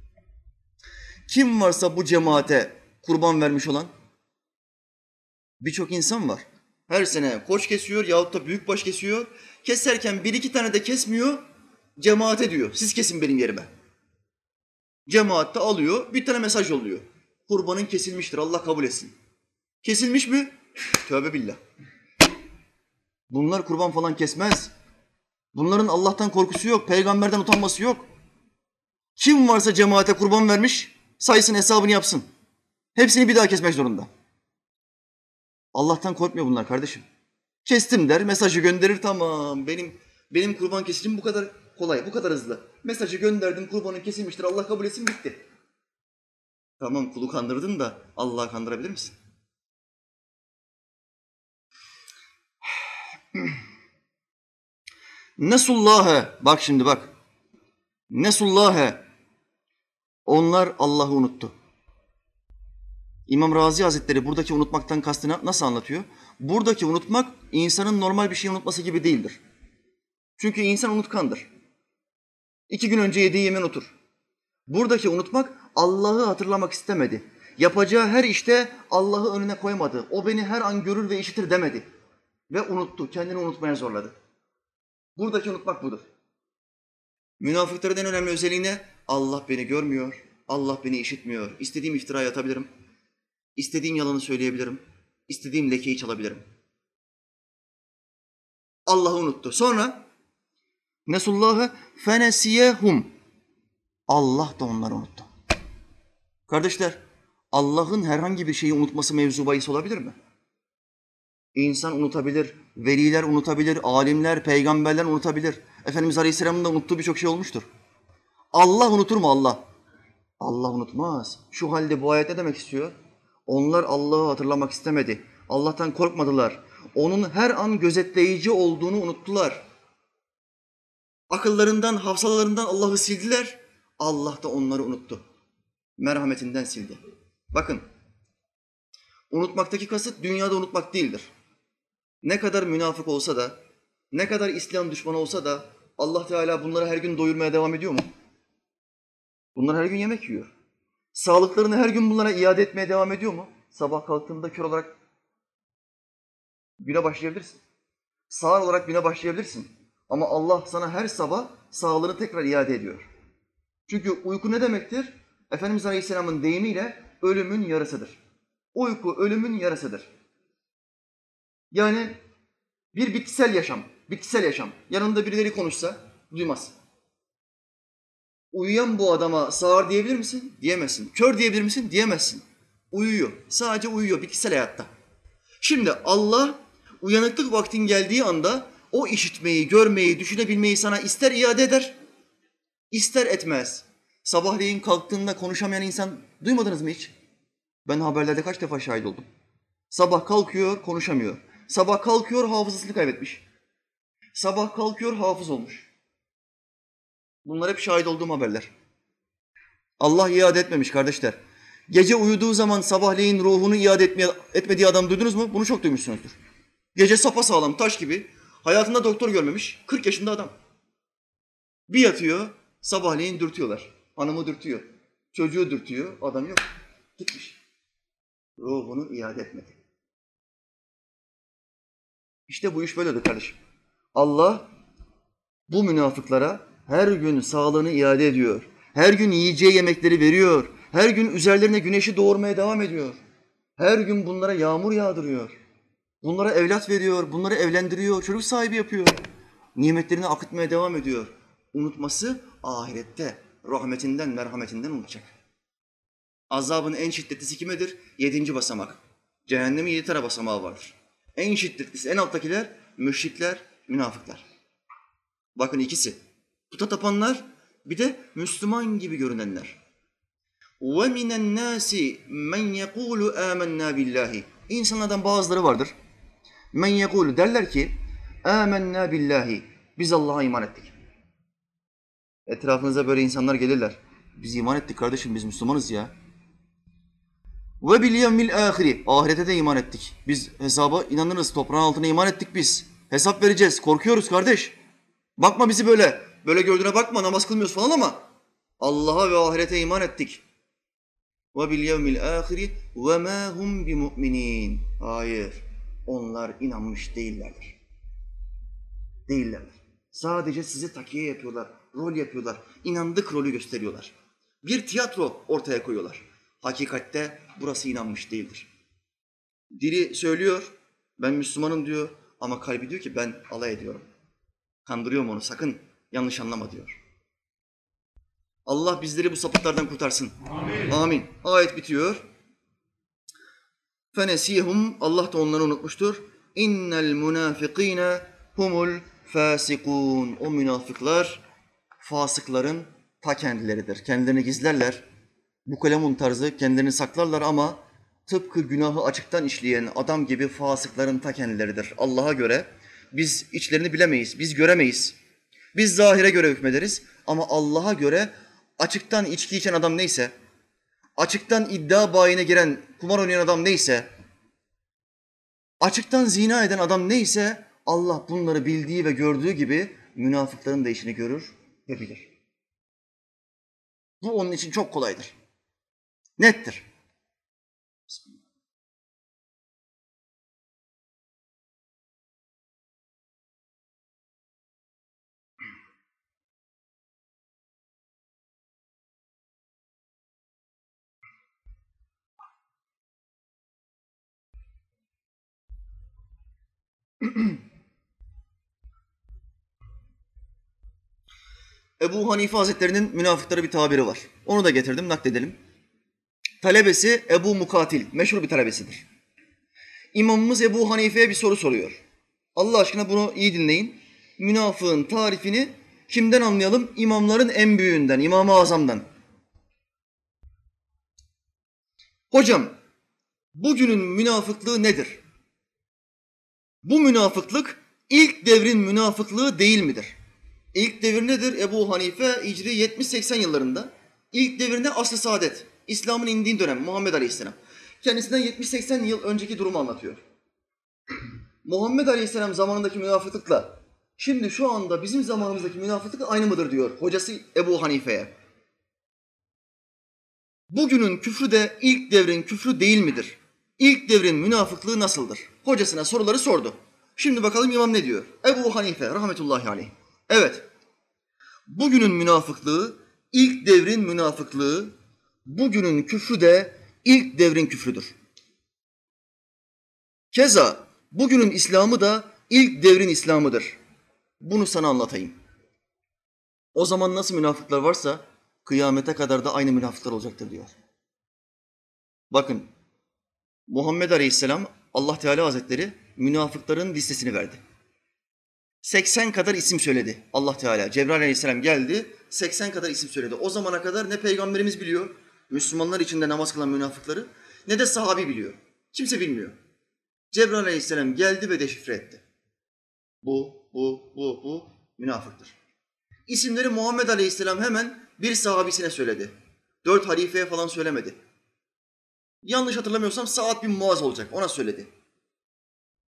Kim varsa bu cemaate kurban vermiş olan birçok insan var. Her sene koç kesiyor yahut da büyükbaş kesiyor. Keserken bir iki tane de kesmiyor, cemaate diyor. Siz kesin benim yerime. Cemaat de alıyor, bir tane mesaj yolluyor. Kurbanın kesilmiştir, Allah kabul etsin. Kesilmiş mi? Tövbe billah. Bunlar kurban falan kesmez. Bunların Allah'tan korkusu yok, peygamberden utanması yok. Kim varsa cemaate kurban vermiş, saysın hesabını yapsın. Hepsini bir daha kesmek zorunda. Allah'tan korkmuyor bunlar kardeşim. Kestim der, mesajı gönderir, tamam. Benim kurban kesicim bu kadar kolay, bu kadar hızlı. Mesajı gönderdim, kurbanın kesilmiştir, Allah kabul etsin, bitti. Tamam, kulu kandırdın da Allah'ı kandırabilir misin? Nesullâhe, bak şimdi bak. Nesullâhe, onlar Allah'ı unuttu. İmam Razi Hazretleri buradaki unutmaktan kastını nasıl anlatıyor? Buradaki unutmak insanın normal bir şey unutması gibi değildir. Çünkü insan unutkandır. 2 gün önce yediği yemeği unutur. Buradaki unutmak Allah'ı hatırlamak istemedi. Yapacağı her işte Allah'ı önüne koymadı. O beni her an görür ve işitir demedi. Ve unuttu, kendini unutmaya zorladı. Buradaki unutmak budur. Münafıkların en önemli özelliği ne? Allah beni görmüyor, Allah beni işitmiyor. İstediğim iftirayı atabilirim, istediğim yalanı söyleyebilirim, istediğim lekeyi çalabilirim. Allah'ı unuttu. Sonra Nesullâhe fenesiyehum. Allah da onları unuttu. Kardeşler, Allah'ın herhangi bir şeyi unutması mevzu bahis olabilir mi? İnsan unutabilir, veliler unutabilir, alimler, peygamberler unutabilir. Efendimiz Aleyhisselam'ın da unuttuğu birçok şey olmuştur. Allah unutur mu Allah? Allah unutmaz. Şu halde bu ayet ne demek istiyor? Onlar Allah'ı hatırlamak istemedi. Allah'tan korkmadılar. Onun her an gözetleyici olduğunu unuttular. Akıllarından, hafızalarından Allah'ı sildiler. Allah da onları unuttu. Merhametinden sildi. Bakın, unutmaktaki kasıt dünyada unutmak değildir. Ne kadar münafık olsa da, ne kadar İslam düşmanı olsa da Allah Teala bunları her gün doyurmaya devam ediyor mu? Bunlar her gün yemek yiyor. Sağlıklarını her gün bunlara iade etmeye devam ediyor mu? Sabah kalktığında kör olarak güne başlayabilirsin. Sağır olarak güne başlayabilirsin. Ama Allah sana her sabah sağlığını tekrar iade ediyor. Çünkü uyku ne demektir? Efendimiz Aleyhisselam'ın deyimiyle ölümün yarısıdır. Uyku ölümün yarısıdır. Yani bir bitkisel yaşam. Yanında birileri konuşsa duymaz. Uyuyan bu adama sağır diyebilir misin? Diyemezsin. Kör diyebilir misin? Diyemezsin. Uyuyor. Sadece uyuyor bitkisel hayatta. Şimdi Allah uyanıklık vaktin geldiği anda o işitmeyi, görmeyi, düşünebilmeyi sana ister iade eder, ister etmez. Sabahleyin kalktığında konuşamayan insan duymadınız mı hiç? Ben haberlerde kaç defa şahit oldum. Sabah kalkıyor, konuşamıyor. Sabah kalkıyor, hafızasını kaybetmiş. Sabah kalkıyor, hafız olmuş. Bunlar hep şahit olduğum haberler. Allah iade etmemiş kardeşler. Gece uyuduğu zaman sabahleyin ruhunu iade etmediği adam duydunuz mu? Bunu çok duymuşsunuzdur. Gece sapasağlam taş gibi. Hayatında doktor görmemiş. 40 yaşında adam. Bir yatıyor, sabahleyin dürtüyorlar. Hanımı dürtüyor. Çocuğu dürtüyor. Adam yok. Gitmiş. Ruhunu iade etmedi. İşte bu iş böyledir kardeşim. Allah bu münafıklara her gün sağlığını iade ediyor. Her gün yiyeceği yemekleri veriyor. Her gün üzerlerine güneşi doğurmaya devam ediyor. Her gün bunlara yağmur yağdırıyor. Bunlara evlat veriyor, bunları evlendiriyor, çocuk sahibi yapıyor. Nimetlerini akıtmaya devam ediyor. Unutması ahirette rahmetinden, merhametinden unutacak. Azabın en şiddetlisi kimedir? 7. basamak. Cehennemin 7 tane basamağı vardır. En şiddetlisi, en alttakiler müşrikler, münafıklar. Bakın ikisi. Puta tapanlar, bir de Müslüman gibi görünenler. وَمِنَ النَّاسِ مَنْ يَقُولُ آمَنَّا بِاللّٰهِ İnsanlardan bazıları vardır. Men yekulu derler ki âmennâ billahi. Biz Allah'a iman ettik. Etrafınıza böyle insanlar gelirler. Biz iman ettik kardeşim, biz Müslümanız ya. Ve bil yevmil âhiri. Ahirete de iman ettik. Biz hesaba inanırız, toprağın altına iman ettik biz. Hesap vereceğiz, korkuyoruz kardeş. Bakma bizi böyle. Böyle gördüğüne bakma, namaz kılmıyoruz falan ama Allah'a ve ahirete iman ettik. Ve bil yevmil âhiri ve mâ hum bimu'minin. Hayır. Onlar inanmış değillerdir. Değillerdir. Sadece sizi takiye yapıyorlar, rol yapıyorlar. İnandık rolü gösteriyorlar. Bir tiyatro ortaya koyuyorlar. Hakikatte burası inanmış değildir. Dili söylüyor, ben Müslümanım diyor ama kalbi diyor ki ben alay ediyorum. Kandırıyorum onu, sakın yanlış anlama diyor. Allah bizleri bu sapıklardan kurtarsın. Amin. Amin. Ayet bitiyor. Fenesihum, Allah da onları unutmuştur. İnnel münafikîne humul fâsikûn. O münafıklar fasıkların ta kendileridir. Kendilerini gizlerler. Bu kalemun tarzı kendilerini saklarlar ama tıpkı günahı açıktan işleyen adam gibi fasıkların ta kendileridir. Allah'a göre biz içlerini bilemeyiz, biz göremeyiz. Biz zahire göre hükmederiz ama Allah'a göre açıktan içki içen adam neyse, açıktan iddia bayine giren, kumar oynayan adam neyse, açıktan zina eden adam neyse, Allah bunları bildiği ve gördüğü gibi münafıkların da işini görür ve bilir. Bu onun için çok kolaydır. Nettir. Ebu Hanife Hazretleri'nin münafıklara bir tabiri var. Onu da getirdim, nakledelim. Talebesi Ebu Mukatil, meşhur bir talebesidir. İmamımız Ebu Hanife'ye bir soru soruyor. Allah aşkına bunu iyi dinleyin. Münafığın tarifini kimden anlayalım? İmamların en büyüğünden, İmam-ı Azam'dan. Hocam, bugünün münafıklığı nedir? Bu münafıklık ilk devrin münafıklığı değil midir? İlk devir nedir? Ebu Hanife Hicri 70-80 yıllarında. İlk devir ne? Asr-ı Saadet. İslam'ın indiği dönem Muhammed Aleyhisselam. Kendisinden 70-80 yıl önceki durumu anlatıyor. Muhammed Aleyhisselam zamanındaki münafıklıkla şimdi şu anda bizim zamanımızdaki münafıklık aynı mıdır diyor hocası Ebu Hanife'ye. Bugünün küfrü de ilk devrin küfrü değil midir? İlk devrin münafıklığı nasıldır? Hocasına soruları sordu. Şimdi bakalım imam ne diyor? Ebu Hanife rahmetullahi aleyh. Evet, bugünün münafıklığı, ilk devrin münafıklığı, bugünün küfrü de ilk devrin küfrüdür. Keza bugünün İslam'ı da ilk devrin İslam'ıdır. Bunu sana anlatayım. O zaman nasıl münafıklar varsa kıyamete kadar da aynı münafıklar olacaktır diyor. Bakın, Muhammed Aleyhisselam, Allah Teala Hazretleri münafıkların listesini verdi. 80 kadar isim söyledi Allah Teala. Cebrail Aleyhisselam geldi, 80 kadar isim söyledi. O zamana kadar ne Peygamberimiz biliyor, Müslümanlar içinde namaz kılan münafıkları, ne de sahabi biliyor. Kimse bilmiyor. Cebrail Aleyhisselam geldi ve deşifre etti. Bu münafıktır. İsimleri Muhammed Aleyhisselam hemen bir sahabisine söyledi. 4 halifeye falan söylemedi. Yanlış hatırlamıyorsam Sa'd bin Muaz olacak, ona söyledi.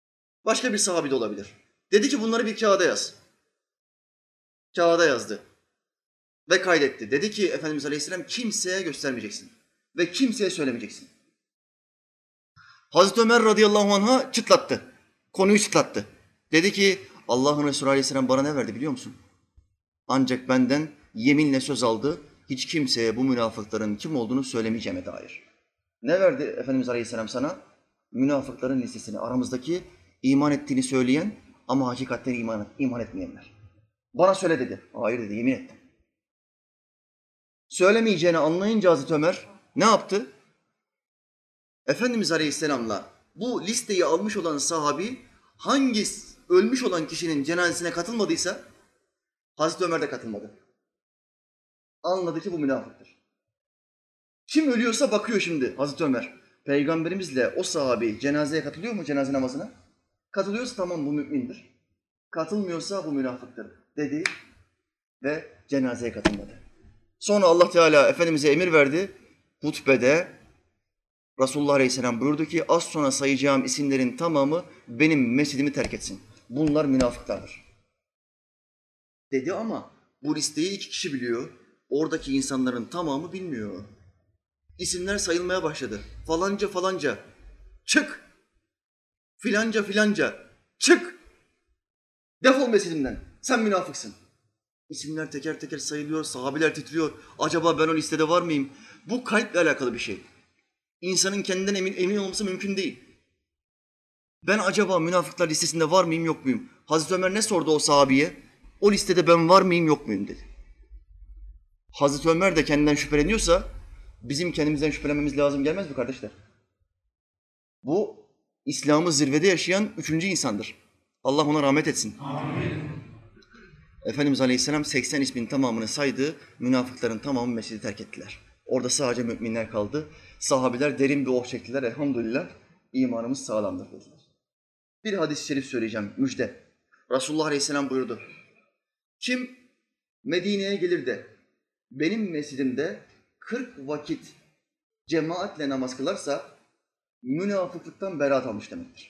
Başka bir sahabi de olabilir. Dedi ki bunları bir kağıda yaz. Kağıda yazdı ve kaydetti. Dedi ki Efendimiz Aleyhisselam kimseye göstermeyeceksin ve kimseye söylemeyeceksin. Hazreti Ömer radıyallahu anh'a çıtlattı. Konuyu çıtlattı. Dedi ki Allah'ın Resulü Aleyhisselam bana ne verdi biliyor musun? Ancak benden yeminle söz aldı. Hiç kimseye bu münafıkların kim olduğunu söylemeyeceğime dair. Ne verdi Efendimiz Aleyhisselam sana? Münafıkların listesini, aramızdaki iman ettiğini söyleyen ama hakikatten iman etmeyenler. Bana söyle dedi. Hayır dedi, yemin ettim. Söylemeyeceğini anlayınca Hazreti Ömer ne yaptı? Efendimiz Aleyhisselam'la bu listeyi almış olan sahabi hangi ölmüş olan kişinin cenazesine katılmadıysa Hazreti Ömer de katılmadı. Anladı ki bu münafıktır. Kim ölüyorsa bakıyor şimdi Hazreti Ömer. Peygamberimizle o sahabi cenazeye katılıyor mu, cenaze namazına? Katılıyorsa tamam bu mümindir. Katılmıyorsa bu münafıktır dedi ve cenazeye katılmadı. Sonra Allah Teala Efendimiz'e emir verdi. Hutbede Resulullah Aleyhisselam buyurdu ki az sonra sayacağım isimlerin tamamı benim mescidimi terk etsin. Bunlar münafıklardır. Dedi ama bu listeyi 2 kişi biliyor. Oradaki insanların tamamı bilmiyor. İsimler sayılmaya başladı. Falanca falanca, çık. Filanca filanca, çık. Defol mescidimden, sen münafıksın. İsimler teker teker sayılıyor, sahabeler titriyor. Acaba ben o listede var mıyım? Bu kalple alakalı bir şey. İnsanın kendinden emin olması mümkün değil. Ben acaba münafıklar listesinde var mıyım yok muyum? Hazreti Ömer ne sordu o sahabeye? O listede ben var mıyım yok muyum dedi. Hazreti Ömer de kendinden şüpheleniyorsa bizim kendimizden şüphelenmemiz lazım gelmez mi kardeşler? Bu İslam'ı zirvede yaşayan 3. insandır. Allah ona rahmet etsin. Amin. Efendimiz Aleyhisselam 80 ismin tamamını saydı, münafıkların tamamı mescidi terk ettiler. Orada sadece müminler kaldı. Sahabiler derin bir oh çektiler. Elhamdülillah imanımız sağlamdır dediler. Bir hadis-i şerif söyleyeceğim, müjde. Resulullah Aleyhisselam buyurdu. Kim Medine'ye gelir de benim mescidimde 40 vakit cemaatle namaz kılarsa münafıklıktan beraat almış demektir.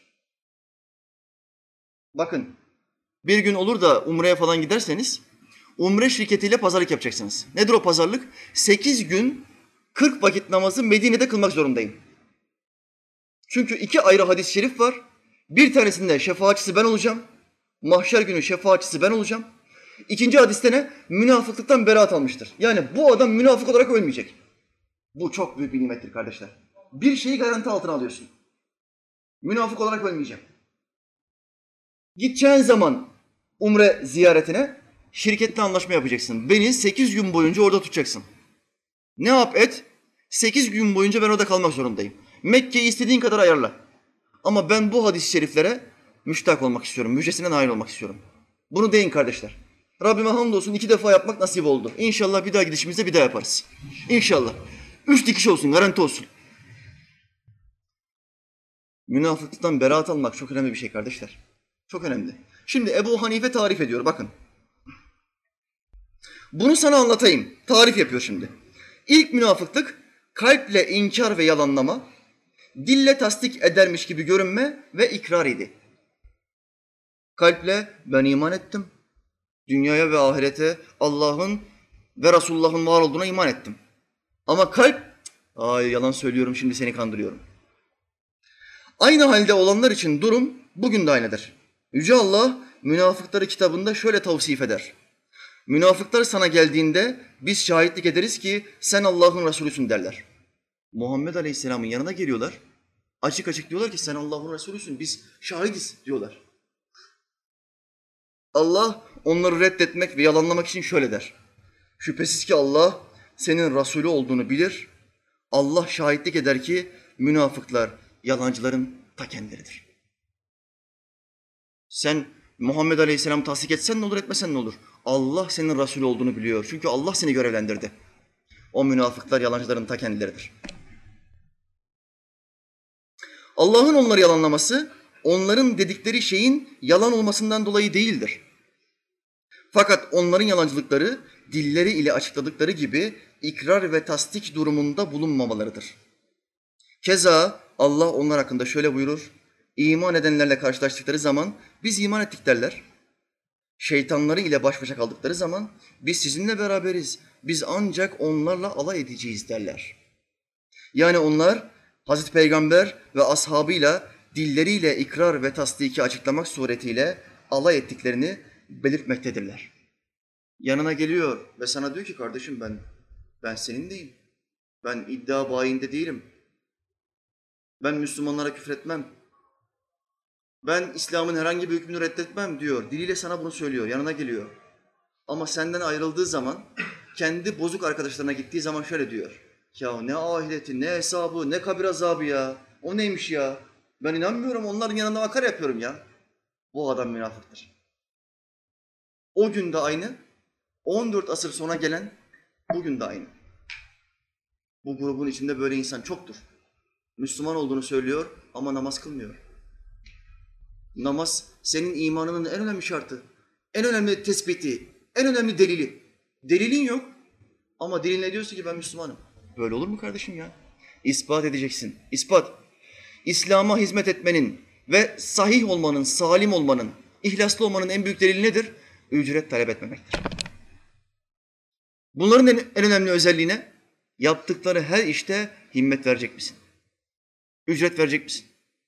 Bakın, bir gün olur da Umre'ye falan giderseniz, Umre şirketiyle pazarlık yapacaksınız. Nedir o pazarlık? 8 gün 40 vakit namazı Medine'de kılmak zorundayım. Çünkü 2 ayrı hadis-i şerif var. Bir tanesinde şefaatçisi ben olacağım. Mahşer günü şefaatçisi ben olacağım. 2. hadiste ne? Münafıklıktan beraat almıştır. Yani bu adam münafık olarak ölmeyecek. Bu çok büyük bir nimettir kardeşler. Bir şeyi garanti altına alıyorsun. Münafık olarak ölmeyeceğim. Gideceğin zaman Umre ziyaretine şirketle anlaşma yapacaksın. Beni 8 gün boyunca orada tutacaksın. Ne yap et? 8 gün boyunca ben orada kalmak zorundayım. Mekke'yi istediğin kadar ayarla. Ama ben bu hadis-i şeriflere müştak olmak istiyorum. Müjdesine nail olmak istiyorum. Bunu deyin kardeşler. Rabbime hamdolsun 2 defa yapmak nasip oldu. İnşallah bir daha gidişimizde bir daha yaparız. İnşallah. 3 dikiş olsun, garanti olsun. Münafıklıktan beraat almak çok önemli bir şey kardeşler. Çok önemli. Şimdi Ebu Hanife tarif ediyor, bakın. Bunu sana anlatayım. Tarif yapıyor şimdi. İlk münafıklık, kalple inkar ve yalanlama, dille tasdik edermiş gibi görünme ve ikrar idi. Kalple ben iman ettim. Dünyaya ve ahirete Allah'ın ve Resulullah'ın var olduğuna iman ettim. Ama kalp, yalan söylüyorum şimdi seni kandırıyorum. Aynı halde olanlar için durum bugün de aynıdır. Yüce Allah münafıkları kitabında şöyle tavsif eder. Münafıklar sana geldiğinde biz şahitlik ederiz ki sen Allah'ın Resulüsün derler. Muhammed Aleyhisselam'ın yanına geliyorlar. Açık açık diyorlar ki sen Allah'ın Resulüsün, biz şahidiz diyorlar. Allah onları reddetmek ve yalanlamak için şöyle der. Şüphesiz ki Allah senin Resulü olduğunu bilir. Allah şahitlik eder ki münafıklar yalancıların ta kendileridir. Sen Muhammed Aleyhisselam'ı tasdik etsen ne olur, etmesen ne olur? Allah senin Resulü olduğunu biliyor. Çünkü Allah seni görevlendirdi. O münafıklar yalancıların ta kendileridir. Allah'ın onları yalanlaması, onların dedikleri şeyin yalan olmasından dolayı değildir. Fakat onların yalancılıkları, dilleri ile açıkladıkları gibi ikrar ve tasdik durumunda bulunmamalarıdır. Keza Allah onlar hakkında şöyle buyurur. İman edenlerle karşılaştıkları zaman biz iman ettik derler. Şeytanları ile baş başa kaldıkları zaman biz sizinle beraberiz, biz ancak onlarla alay edeceğiz derler. Yani onlar Hazreti Peygamber ve ashabıyla dilleriyle ikrar ve tasdiki açıklamak suretiyle alay ettiklerini belirtmektedirler. Yanına geliyor ve sana diyor ki kardeşim ben senin değilim. Ben iddia bayinde değilim. Ben Müslümanlara küfretmem. Ben İslam'ın herhangi bir hükmünü reddetmem diyor. Diliyle sana bunu söylüyor, yanına geliyor. Ama senden ayrıldığı zaman, kendi bozuk arkadaşlarına gittiği zaman şöyle diyor. Ya ne ahireti, ne hesabı, ne kabir azabı ya. O neymiş ya? Ben inanmıyorum, onların yanında makara yapıyorum ya. Bu adam münafıktır. O gün de aynı, 14 asır sonra gelen bugün de aynı. Bu grubun içinde böyle insan çoktur. Müslüman olduğunu söylüyor ama namaz kılmıyor. Namaz senin imanının en önemli şartı, en önemli tespiti, en önemli delili. Delilin yok ama dilinle diyorsun ki ben Müslümanım. Böyle olur mu kardeşim ya? İspat edeceksin. İspat. İslam'a hizmet etmenin ve sahih olmanın, salim olmanın, ihlaslı olmanın en büyük delili nedir? Ücret talep etmemektir. Bunların en önemli özelliği ne? Yaptıkları her işte himmet verecek misin? Ücret verecek misin?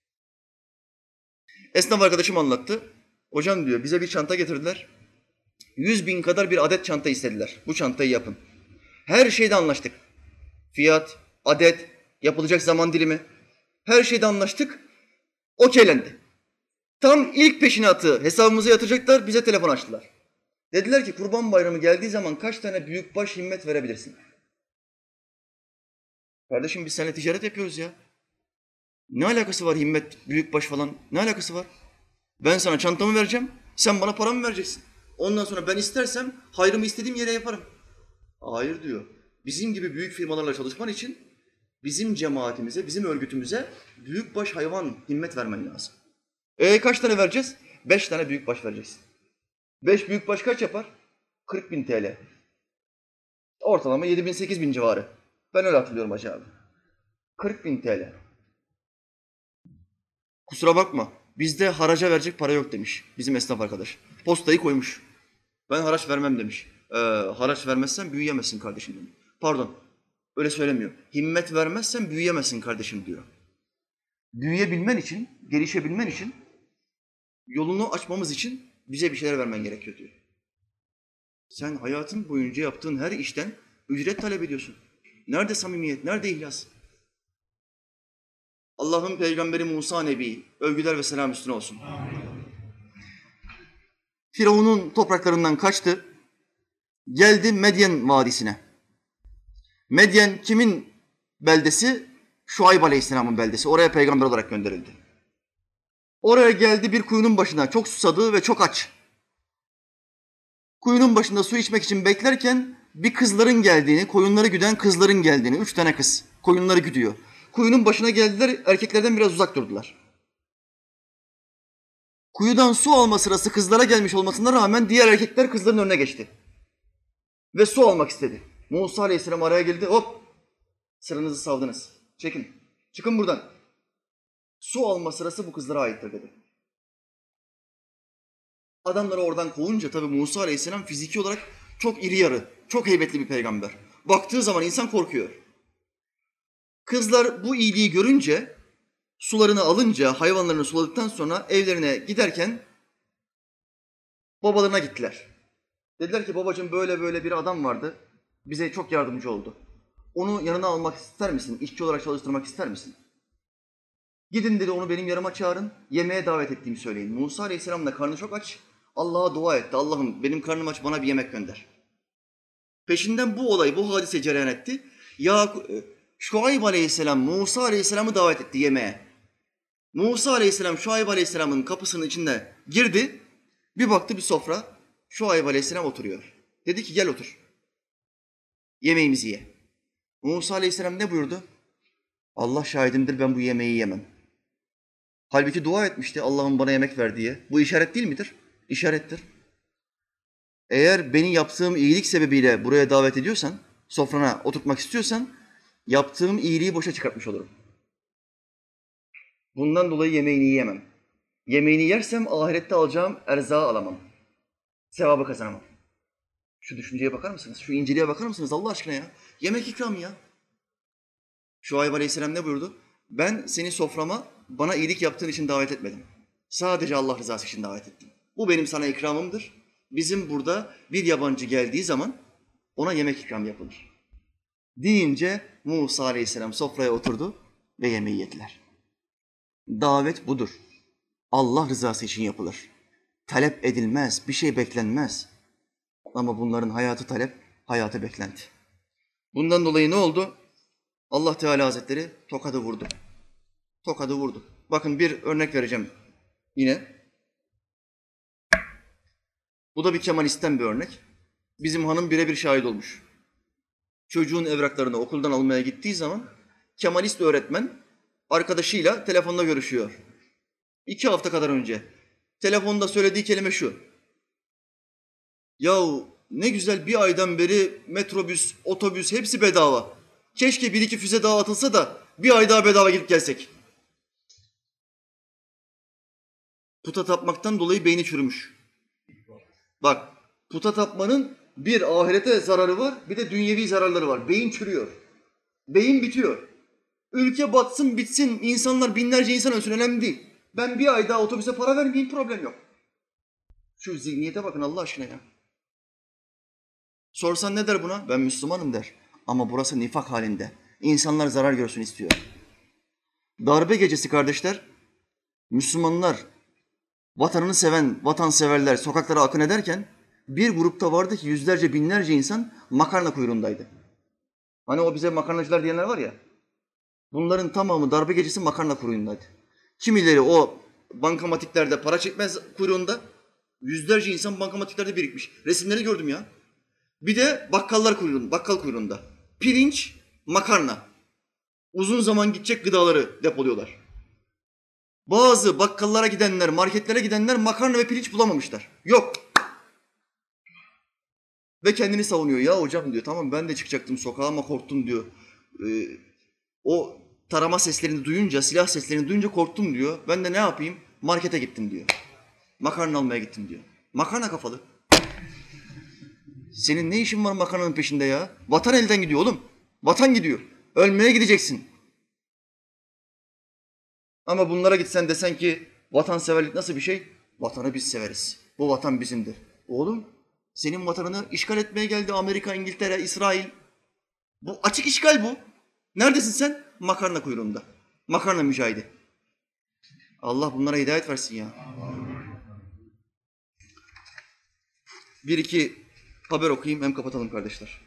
Esnaf arkadaşım anlattı. Hocam diyor bize bir çanta getirdiler. 100.000 kadar bir adet çanta istediler. Bu çantayı yapın. Her şeyde anlaştık. Fiyat, adet, yapılacak zaman dilimi. Her şeyde anlaştık. Okeylendi. Tam ilk peşinatı hesabımıza yatıracaklar, bize telefon açtılar. Dediler ki Kurban Bayramı geldiği zaman kaç tane büyükbaş himmet verebilirsin? Kardeşim biz seninle ticaret yapıyoruz ya. Ne alakası var himmet, büyükbaş falan? Ne alakası var? Ben sana çantamı vereceğim, sen bana paramı vereceksin. Ondan sonra ben istersem hayrımı istediğim yere yaparım. Hayır diyor. Bizim gibi büyük firmalarla çalışman için bizim cemaatimize, bizim örgütümüze büyükbaş hayvan himmet vermen lazım. Kaç tane vereceğiz? 5 tane büyükbaş vereceksin. 5 büyükbaş kaç yapar? 40.000 TL. Ortalama 7.000-8.000 civarı. Ben öyle hatırlıyorum Hacı abi. 40.000 TL. Kusura bakma, bizde haraca verecek para yok demiş bizim esnaf arkadaş. Postayı koymuş. Ben haraç vermem demiş. Haraç vermezsen büyüyemezsin kardeşim demiş. Pardon, öyle söylemiyor. Himmet vermezsen büyüyemezsin kardeşim diyor. Büyüyebilmen için, gelişebilmen için, yolunu açmamız için bize bir şeyler vermen gerekiyor diyor. Sen hayatın boyunca yaptığın her işten ücret talep ediyorsun. Nerede samimiyet, nerede ihlas? Allah'ın peygamberi Musa Nebi, övgüler ve selam üstüne olsun. Firavun'un topraklarından kaçtı, geldi Medyen Vadisi'ne. Medyen kimin beldesi? Şuayb Aleyhisselam'ın beldesi. Oraya peygamber olarak gönderildi. Oraya geldi bir kuyunun başına, çok susadı ve çok aç. Kuyunun başında su içmek için beklerken bir kızların geldiğini, koyunları güden kızların geldiğini, 3 tane kız koyunları güdüyor. Kuyunun başına geldiler, erkeklerden biraz uzak durdular. Kuyudan su alma sırası kızlara gelmiş olmasına rağmen diğer erkekler kızların önüne geçti. Ve su almak istedi. Musa Aleyhisselam araya geldi, hop sıranızı savdınız, çekin, çıkın buradan. Su alma sırası bu kızlara aittir dedi. Adamları oradan kovunca tabii Musa Aleyhisselam fiziki olarak çok iri yarı, çok heybetli bir peygamber. Baktığı zaman insan korkuyor. Kızlar bu iyiliği görünce, sularını alınca, hayvanlarını suladıktan sonra evlerine giderken babalarına gittiler. Dediler ki babacığım böyle böyle bir adam vardı, bize çok yardımcı oldu. Onu yanına almak ister misin, işçi olarak çalıştırmak ister misin? Gidin dedi onu benim yanıma çağırın, yemeğe davet ettiğimi söyleyin. Musa Aleyhisselam da karnı çok aç, Allah'a dua etti. Allah'ım benim karnım aç, bana bir yemek gönder. Peşinden bu olay, bu hadise cereyan etti. Şuayb Aleyhisselam Musa Aleyhisselam'ı davet etti yemeğe. Musa Aleyhisselam Şuayb Aleyhisselam'ın kapısının içinde girdi. Bir baktı bir sofra. Şuayb Aleyhisselam oturuyor. Dedi ki gel otur. Yemeğimizi ye. Musa Aleyhisselam ne buyurdu? Allah şahidimdir ben bu yemeği yemem. Halbuki dua etmişti Allah'ım bana yemek ver diye. Bu işaret değil midir? İşarettir. Eğer beni yaptığım iyilik sebebiyle buraya davet ediyorsan, sofrana oturtmak istiyorsan, yaptığım iyiliği boşa çıkartmış olurum. Bundan dolayı yemeğini yiyemem. Yemeğini yersem ahirette alacağım erzağı alamam. Sevabı kazanamam. Şu düşünceye bakar mısınız? Şu inceliğe bakar mısınız Allah aşkına ya? Yemek ikramı ya. Şuayb Aleyhisselam ne buyurdu? Ben seni soframa bana iyilik yaptığın için davet etmedim. Sadece Allah rızası için davet ettim. Bu benim sana ikramımdır. Bizim burada bir yabancı geldiği zaman ona yemek ikram yapılır. Deyince Musa Aleyhisselam sofraya oturdu ve yemeği yediler. Davet budur. Allah rızası için yapılır. Talep edilmez, bir şey beklenmez. Ama bunların hayatı talep, hayatı beklenti. Bundan dolayı ne oldu? Allah Teala Hazretleri tokadı vurdu. Tokadı vurdu. Bakın bir örnek vereceğim yine. Bu da bir Kemalist'ten bir örnek. Bizim hanım birebir şahit olmuş. Çocuğun evraklarını okuldan almaya gittiği zaman Kemalist öğretmen arkadaşıyla telefonda görüşüyor. 2 hafta kadar önce. Telefonda söylediği kelime şu. Yahu ne güzel bir aydan beri metrobüs, otobüs hepsi bedava. Keşke 1-2 füze daha atılsa da bir ay daha bedava gidip gelsek. Puta tapmaktan dolayı beyni çürümüş. Bak, puta tapmanın bir ahirete zararı var, bir de dünyevi zararları var. Beyin çürüyor. Beyin bitiyor. Ülke batsın bitsin, insanlar binlerce insan ölsün önemli değil. Ben bir ay daha otobüse para vermeyeyim, problem yok. Şu zihniyete bakın Allah aşkına ya. Sorsan ne der buna? Ben Müslümanım der. Ama burası nifak halinde. İnsanlar zarar görsün istiyor. Darbe gecesi kardeşler, Müslümanlar, vatanını seven, vatanseverler sokaklara akın ederken bir grupta vardı ki yüzlerce, binlerce insan makarna kuyruğundaydı. Hani o bize makarnacılar diyenler var ya, bunların tamamı darbe gecesi makarna kuyruğundaydı. Kimileri o bankamatiklerde para çekmez kuyruğunda, yüzlerce insan bankamatiklerde birikmiş. Resimleri gördüm ya. Bir de bakkallar kuyruğunda, bakkal kuyruğunda. Pirinç, makarna. Uzun zaman gidecek gıdaları depoluyorlar. Bazı bakkallara gidenler, marketlere gidenler makarna ve pirinç bulamamışlar. Yok. Ve kendini savunuyor. Ya hocam diyor, tamam ben de çıkacaktım sokağa ama korktum diyor. O tarama seslerini duyunca, silah seslerini duyunca korktum diyor. Ben de ne yapayım? Markete gittim diyor. Makarna almaya gittim diyor. Makarna kafalı. Senin ne işin var makarnanın peşinde ya? Vatan elden gidiyor oğlum. Vatan gidiyor. Ölmeye gideceksin. Ama bunlara gitsen desen ki vatanseverlik nasıl bir şey? Vatanı biz severiz. Bu vatan bizimdir. Oğlum senin vatanını işgal etmeye geldi Amerika, İngiltere, İsrail. Bu açık işgal bu. Neredesin sen? Makarna kuyruğunda. Makarna mücahidi. Allah bunlara hidayet versin ya. Bir iki haber okuyayım hem kapatalım kardeşler.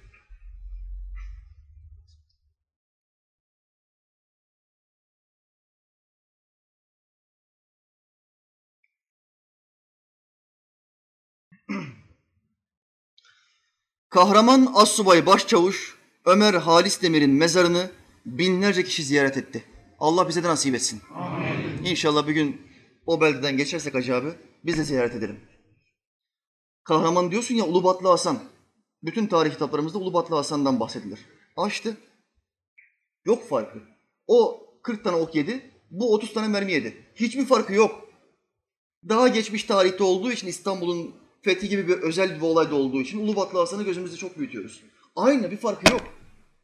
Kahraman Assubay Başçavuş Ömer Halis Demir'in mezarını binlerce kişi ziyaret etti. Allah bize de nasip etsin. Amin. İnşallah bir gün o beldeden geçersek Hacı abi biz de ziyaret edelim. Kahraman diyorsun ya Ulubatlı Hasan. Bütün tarih kitaplarımızda Ulubatlı Hasan'dan bahsedilir. Açtı. Yok farkı. O 40 tane ok yedi, bu 30 tane mermi yedi. Hiçbir farkı yok. Daha geçmiş tarihte olduğu için İstanbul'un fethi gibi bir özel bir olayda olduğu için Ulubatlı Hasan'ı gözümüzde çok büyütüyoruz. Aynı bir farkı yok.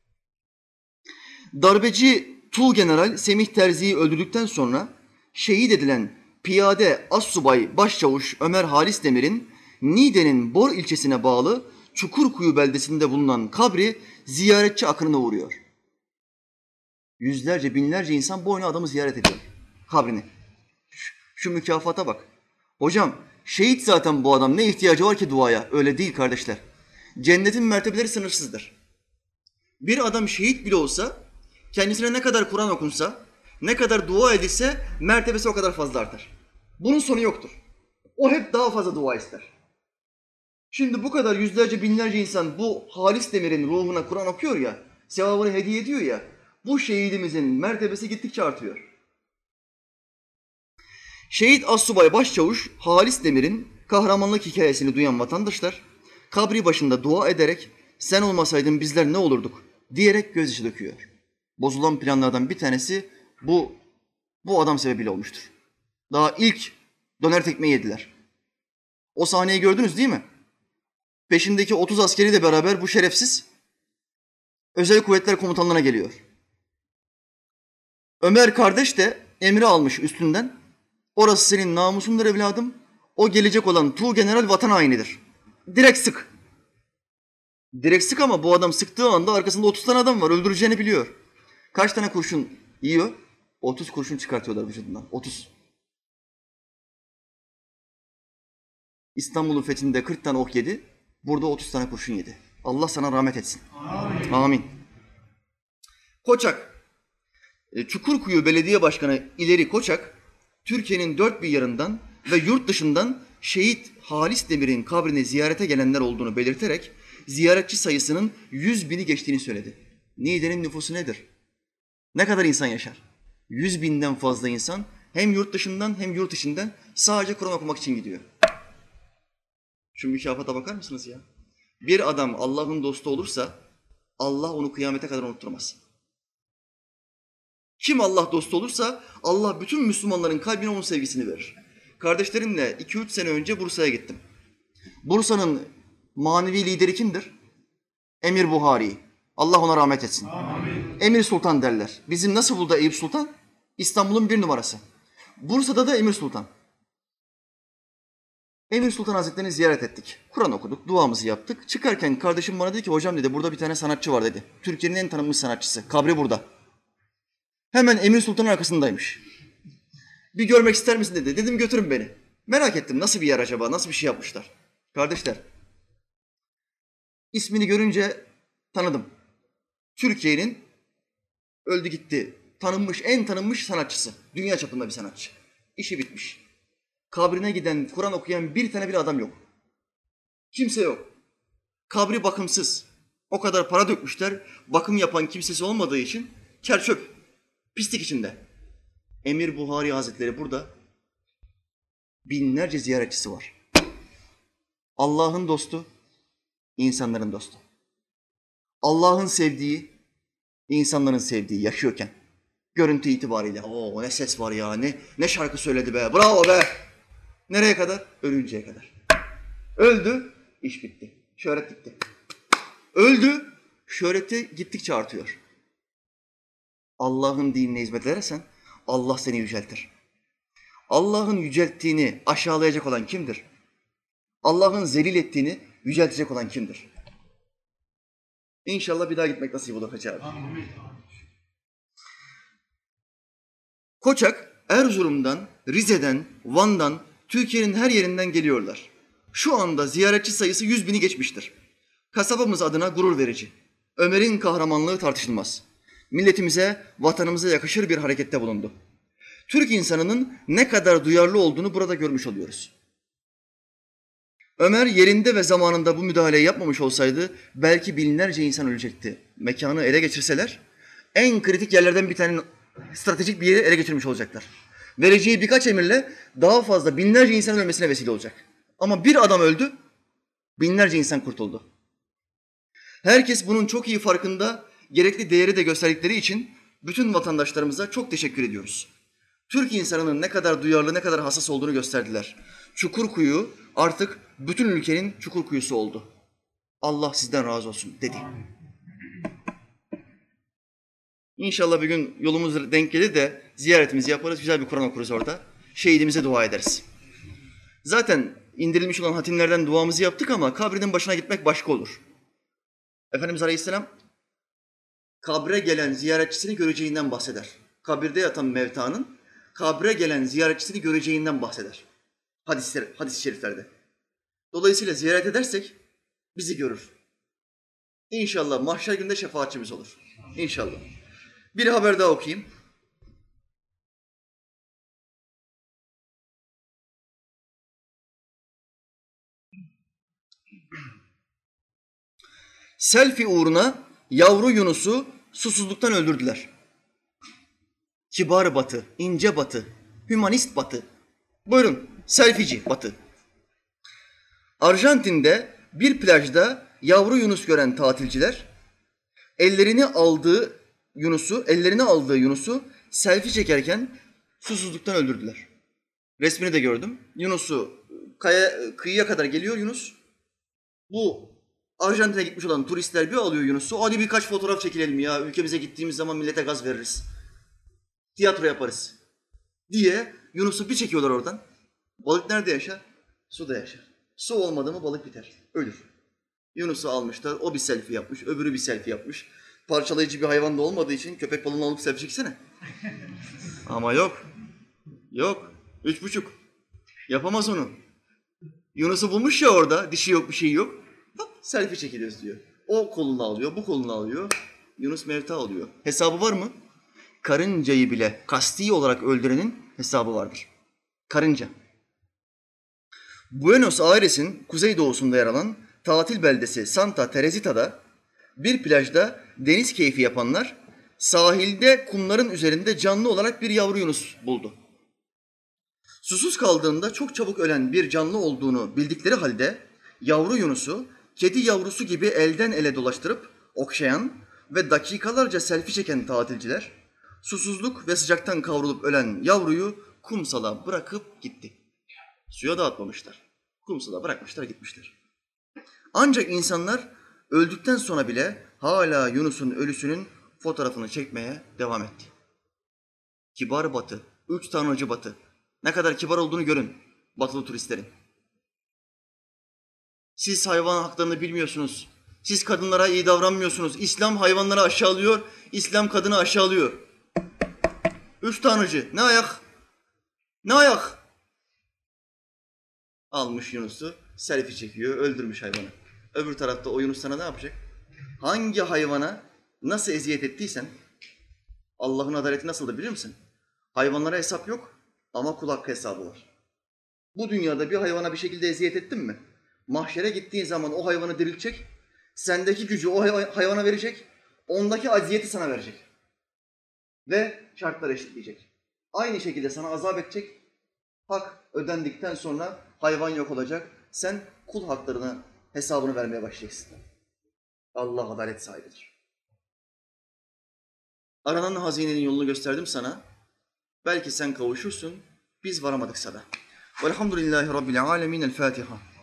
Darbeci Tuğgeneral Semih Terzi'yi öldürdükten sonra şehit edilen piyade Assubay Başçavuş Ömer Halis Demir'in Niğde'nin Bor ilçesine bağlı Çukurkuyu beldesinde bulunan kabri ziyaretçi akınına uğruyor. Yüzlerce, binlerce insan bu oyunu adamı ziyaret ediyor kabrini. Şu mükafata bak. Hocam şehit zaten bu adam, ne ihtiyacı var ki duaya? Öyle değil kardeşler. Cennetin mertebeleri sınırsızdır. Bir adam şehit bile olsa kendisine ne kadar Kur'an okunsa, ne kadar dua edilse mertebesi o kadar fazla artar. Bunun sonu yoktur. O hep daha fazla dua ister. Şimdi bu kadar yüzlerce, binlerce insan bu Halis Demir'in ruhuna Kur'an okuyor ya, sevabını hediye ediyor ya, bu şehidimizin mertebesi gittikçe artıyor. Şehit Assubay Başçavuş Halis Demir'in kahramanlık hikayesini duyan vatandaşlar, kabri başında dua ederek sen olmasaydın bizler ne olurduk diyerek gözyaşı döküyor. Bozulan planlardan bir tanesi bu bu adam sebebiyle olmuştur. Daha ilk döner tekmeyi yediler. O sahneyi gördünüz değil mi? Peşindeki 30 askeriyle beraber bu şerefsiz Özel Kuvvetler Komutanlığı'na geliyor. Ömer kardeş de emri almış üstünden. Orası senin namusundur evladım. O gelecek olan Tuğgeneral vatan hainidir. Direkt sık. Direkt sık ama bu adam sıktığı anda arkasında 30 tane adam var. Öldüreceğini biliyor. Kaç tane kurşun yiyor? 30 kurşun çıkartıyorlar vücudundan. 30. İstanbul'un fethinde 40 tane ok yedi. Burada 30 tane kurşun yedi. Allah sana rahmet etsin. Amin. Amin. Koçak. Çukurkuyu Belediye Başkanı İleri Koçak, Türkiye'nin dört bir yanından ve yurt dışından şehit Halis Demir'in kabrini ziyarete gelenler olduğunu belirterek ziyaretçi sayısının 100.000'i geçtiğini söyledi. Niğde'nin nüfusu nedir? Ne kadar insan yaşar? 100.000'den fazla insan hem yurt dışından hem yurt içinden sadece Kur'an okumak için gidiyor. Şu mükafata bakar mısınız ya? Bir adam Allah'ın dostu olursa Allah onu kıyamete kadar unutturmaz. Kim Allah dostu olursa Allah bütün Müslümanların kalbine onun sevgisini verir. Kardeşlerimle 2-3 sene önce Bursa'ya gittim. Bursa'nın manevi lideri kimdir? Emir Buhari. Allah ona rahmet etsin. Amin. Emir Sultan derler. Bizim nasıl buldu Eyüp Sultan? İstanbul'un 1 numarası. Bursa'da da Emir Sultan. Emir Sultan Hazretleri'ni ziyaret ettik. Kur'an okuduk, duamızı yaptık. Çıkarken kardeşim bana dedi ki hocam dedi burada bir tane sanatçı var dedi. Türkiye'nin en tanınmış sanatçısı. Kabri burada. Hemen Emir Sultan'ın arkasındaymış. Bir görmek ister misin dedi. Dedim götürün beni. Merak ettim nasıl bir yer acaba, nasıl bir şey yapmışlar. Kardeşler, ismini görünce tanıdım. Türkiye'nin öldü gitti, tanınmış, en tanınmış sanatçısı. Dünya çapında bir sanatçı. İşi bitmiş. Kabrine giden, Kur'an okuyan bir tane bile adam yok. Kimse yok. Kabri bakımsız. O kadar para dökmüşler, bakım yapan kimsesi olmadığı için çer-çöp, pislik içinde. Emir Buhari Hazretleri burada. Binlerce ziyaretçisi var. Allah'ın dostu, insanların dostu. Allah'ın sevdiği, insanların sevdiği yaşıyorken. Görüntü itibariyle. Oo ne ses var ya, ne şarkı söyledi be, bravo be. Nereye kadar? Ölünceye kadar. Öldü, iş bitti. Şöhret gitti. Öldü, şöhreti gittikçe artıyor. Allah'ın dinine hizmet edersen Allah seni yüceltir. Allah'ın yücelttiğini aşağılayacak olan kimdir? Allah'ın zelil ettiğini yüceltecek olan kimdir? İnşallah bir daha gitmek nasip olur Hacı abi. Koçak, Erzurum'dan, Rize'den, Van'dan, Türkiye'nin her yerinden geliyorlar. Şu anda ziyaretçi sayısı 100.000'i geçmiştir. Kasabamız adına gurur verici. Ömer'in kahramanlığı tartışılmaz. Milletimize, vatanımıza yakışır bir harekette bulundu. Türk insanının ne kadar duyarlı olduğunu burada görmüş oluyoruz. Ömer yerinde ve zamanında bu müdahaleyi yapmamış olsaydı belki binlerce insan ölecekti. Mekanı ele geçirseler en kritik yerlerden bir tane stratejik bir yere ele geçirmiş olacaklar. Vereceği birkaç emirle daha fazla binlerce insanın ölmesine vesile olacak. Ama bir adam öldü, binlerce insan kurtuldu. Herkes bunun çok iyi farkında, gerekli değeri de gösterdikleri için bütün vatandaşlarımıza çok teşekkür ediyoruz. Türk insanının ne kadar duyarlı, ne kadar hassas olduğunu gösterdiler. Çukurkuyu artık bütün ülkenin Çukurkuyusu oldu. Allah sizden razı olsun dedi. İnşallah bir gün yolumuz denk gelir de ziyaretimizi yaparız, güzel bir Kur'an okuruz orada. Şehidimize dua ederiz. Zaten indirilmiş olan hatimlerden duamızı yaptık ama kabrinin başına gitmek başka olur. Efendimiz Aleyhisselam kabre gelen ziyaretçisini göreceğinden bahseder. Kabirde yatan mevtanın kabre gelen ziyaretçisini göreceğinden bahseder. Hadis-i şeriflerde. Dolayısıyla ziyaret edersek bizi görür. İnşallah mahşer günde şefaatçimiz olur. İnşallah. Bir haber daha okuyayım. Selfie uğruna yavru Yunus'u susuzluktan öldürdüler. Kibar Batı, ince Batı, hümanist Batı. Buyurun, selfieci Batı. Arjantin'de bir plajda yavru Yunus gören tatilciler ellerine aldığı Yunus'u selfie çekerken Susuzluktan öldürdüler. Resmini de gördüm. Yunus'u kıyıya kadar geliyor Yunus. Bu Arjantin'e gitmiş olan turistler bir alıyor Yunus'u. Hadi birkaç fotoğraf çekilelim ya. Ülkemize gittiğimiz zaman millete gaz veririz. Tiyatro yaparız diye Yunus'u bir çekiyorlar oradan. Balık nerede yaşar? Suda yaşar. Su olmadı mı balık biter, ölür. Yunus'u almışlar, o bir selfie yapmış, öbürü bir selfie yapmış. Parçalayıcı bir hayvan da olmadığı için köpek balığını alıp selfie çeksene. Ama yok, yok. 3,5. Yapamaz onu. Yunus'u bulmuş ya orada, dişi yok, bir şey yok. Hop, selfie çekiliyoruz diyor. O kolunu alıyor, bu kolunu alıyor. Yunus mevta alıyor. Hesabı var mı? Karıncayı bile kasti olarak öldürenin hesabı vardır. Karınca. Buenos Aires'in kuzeydoğusunda yer alan tatil beldesi Santa Teresita'da bir plajda deniz keyfi yapanlar sahilde kumların üzerinde canlı olarak bir yavru yunus buldu. Susuz kaldığında çok çabuk ölen bir canlı olduğunu bildikleri halde yavru yunusu kedi yavrusu gibi elden ele dolaştırıp okşayan ve dakikalarca selfie çeken tatilciler susuzluk ve sıcaktan kavrulup ölen yavruyu kumsala bırakıp gitti. Suya da atmamışlar. Kumsala bırakmışlar gitmişler. Ancak insanlar öldükten sonra bile hala Yunus'un ölüsünün fotoğrafını çekmeye devam etti. Kibar Batı, 3 tanrıcı Batı. Ne kadar kibar olduğunu görün batılı turistlerin. Siz hayvan haklarını bilmiyorsunuz. Siz kadınlara iyi davranmıyorsunuz. İslam hayvanları aşağılıyor, İslam kadını aşağılıyor. 3 tanrıcı, ne ayak? Ne ayak? Almış Yunus'u, selfie çekiyor, öldürmüş hayvanı. Öbür tarafta o Yunus sana ne yapacak? Hangi hayvana nasıl eziyet ettiysen, Allah'ın adaleti nasıldır bilir misin? Hayvanlara hesap yok ama kul hakkı hesabı var. Bu dünyada bir hayvana bir şekilde eziyet ettin mi? Mahşere gittiğin zaman o hayvanı diriltecek, sendeki gücü o hayvana verecek, ondaki aziyeti sana verecek. Ve şartlar eşitleyecek. Aynı şekilde sana azap edecek, hak ödendikten sonra hayvan yok olacak, sen kul haklarına hesabını vermeye başlayacaksın. Allah adalet sahibidir. Aranan hazinenin yolunu gösterdim sana. Belki sen kavuşursun, biz varamadıksa da. Velhamdülillahi Rabbil alemin. El Fatiha.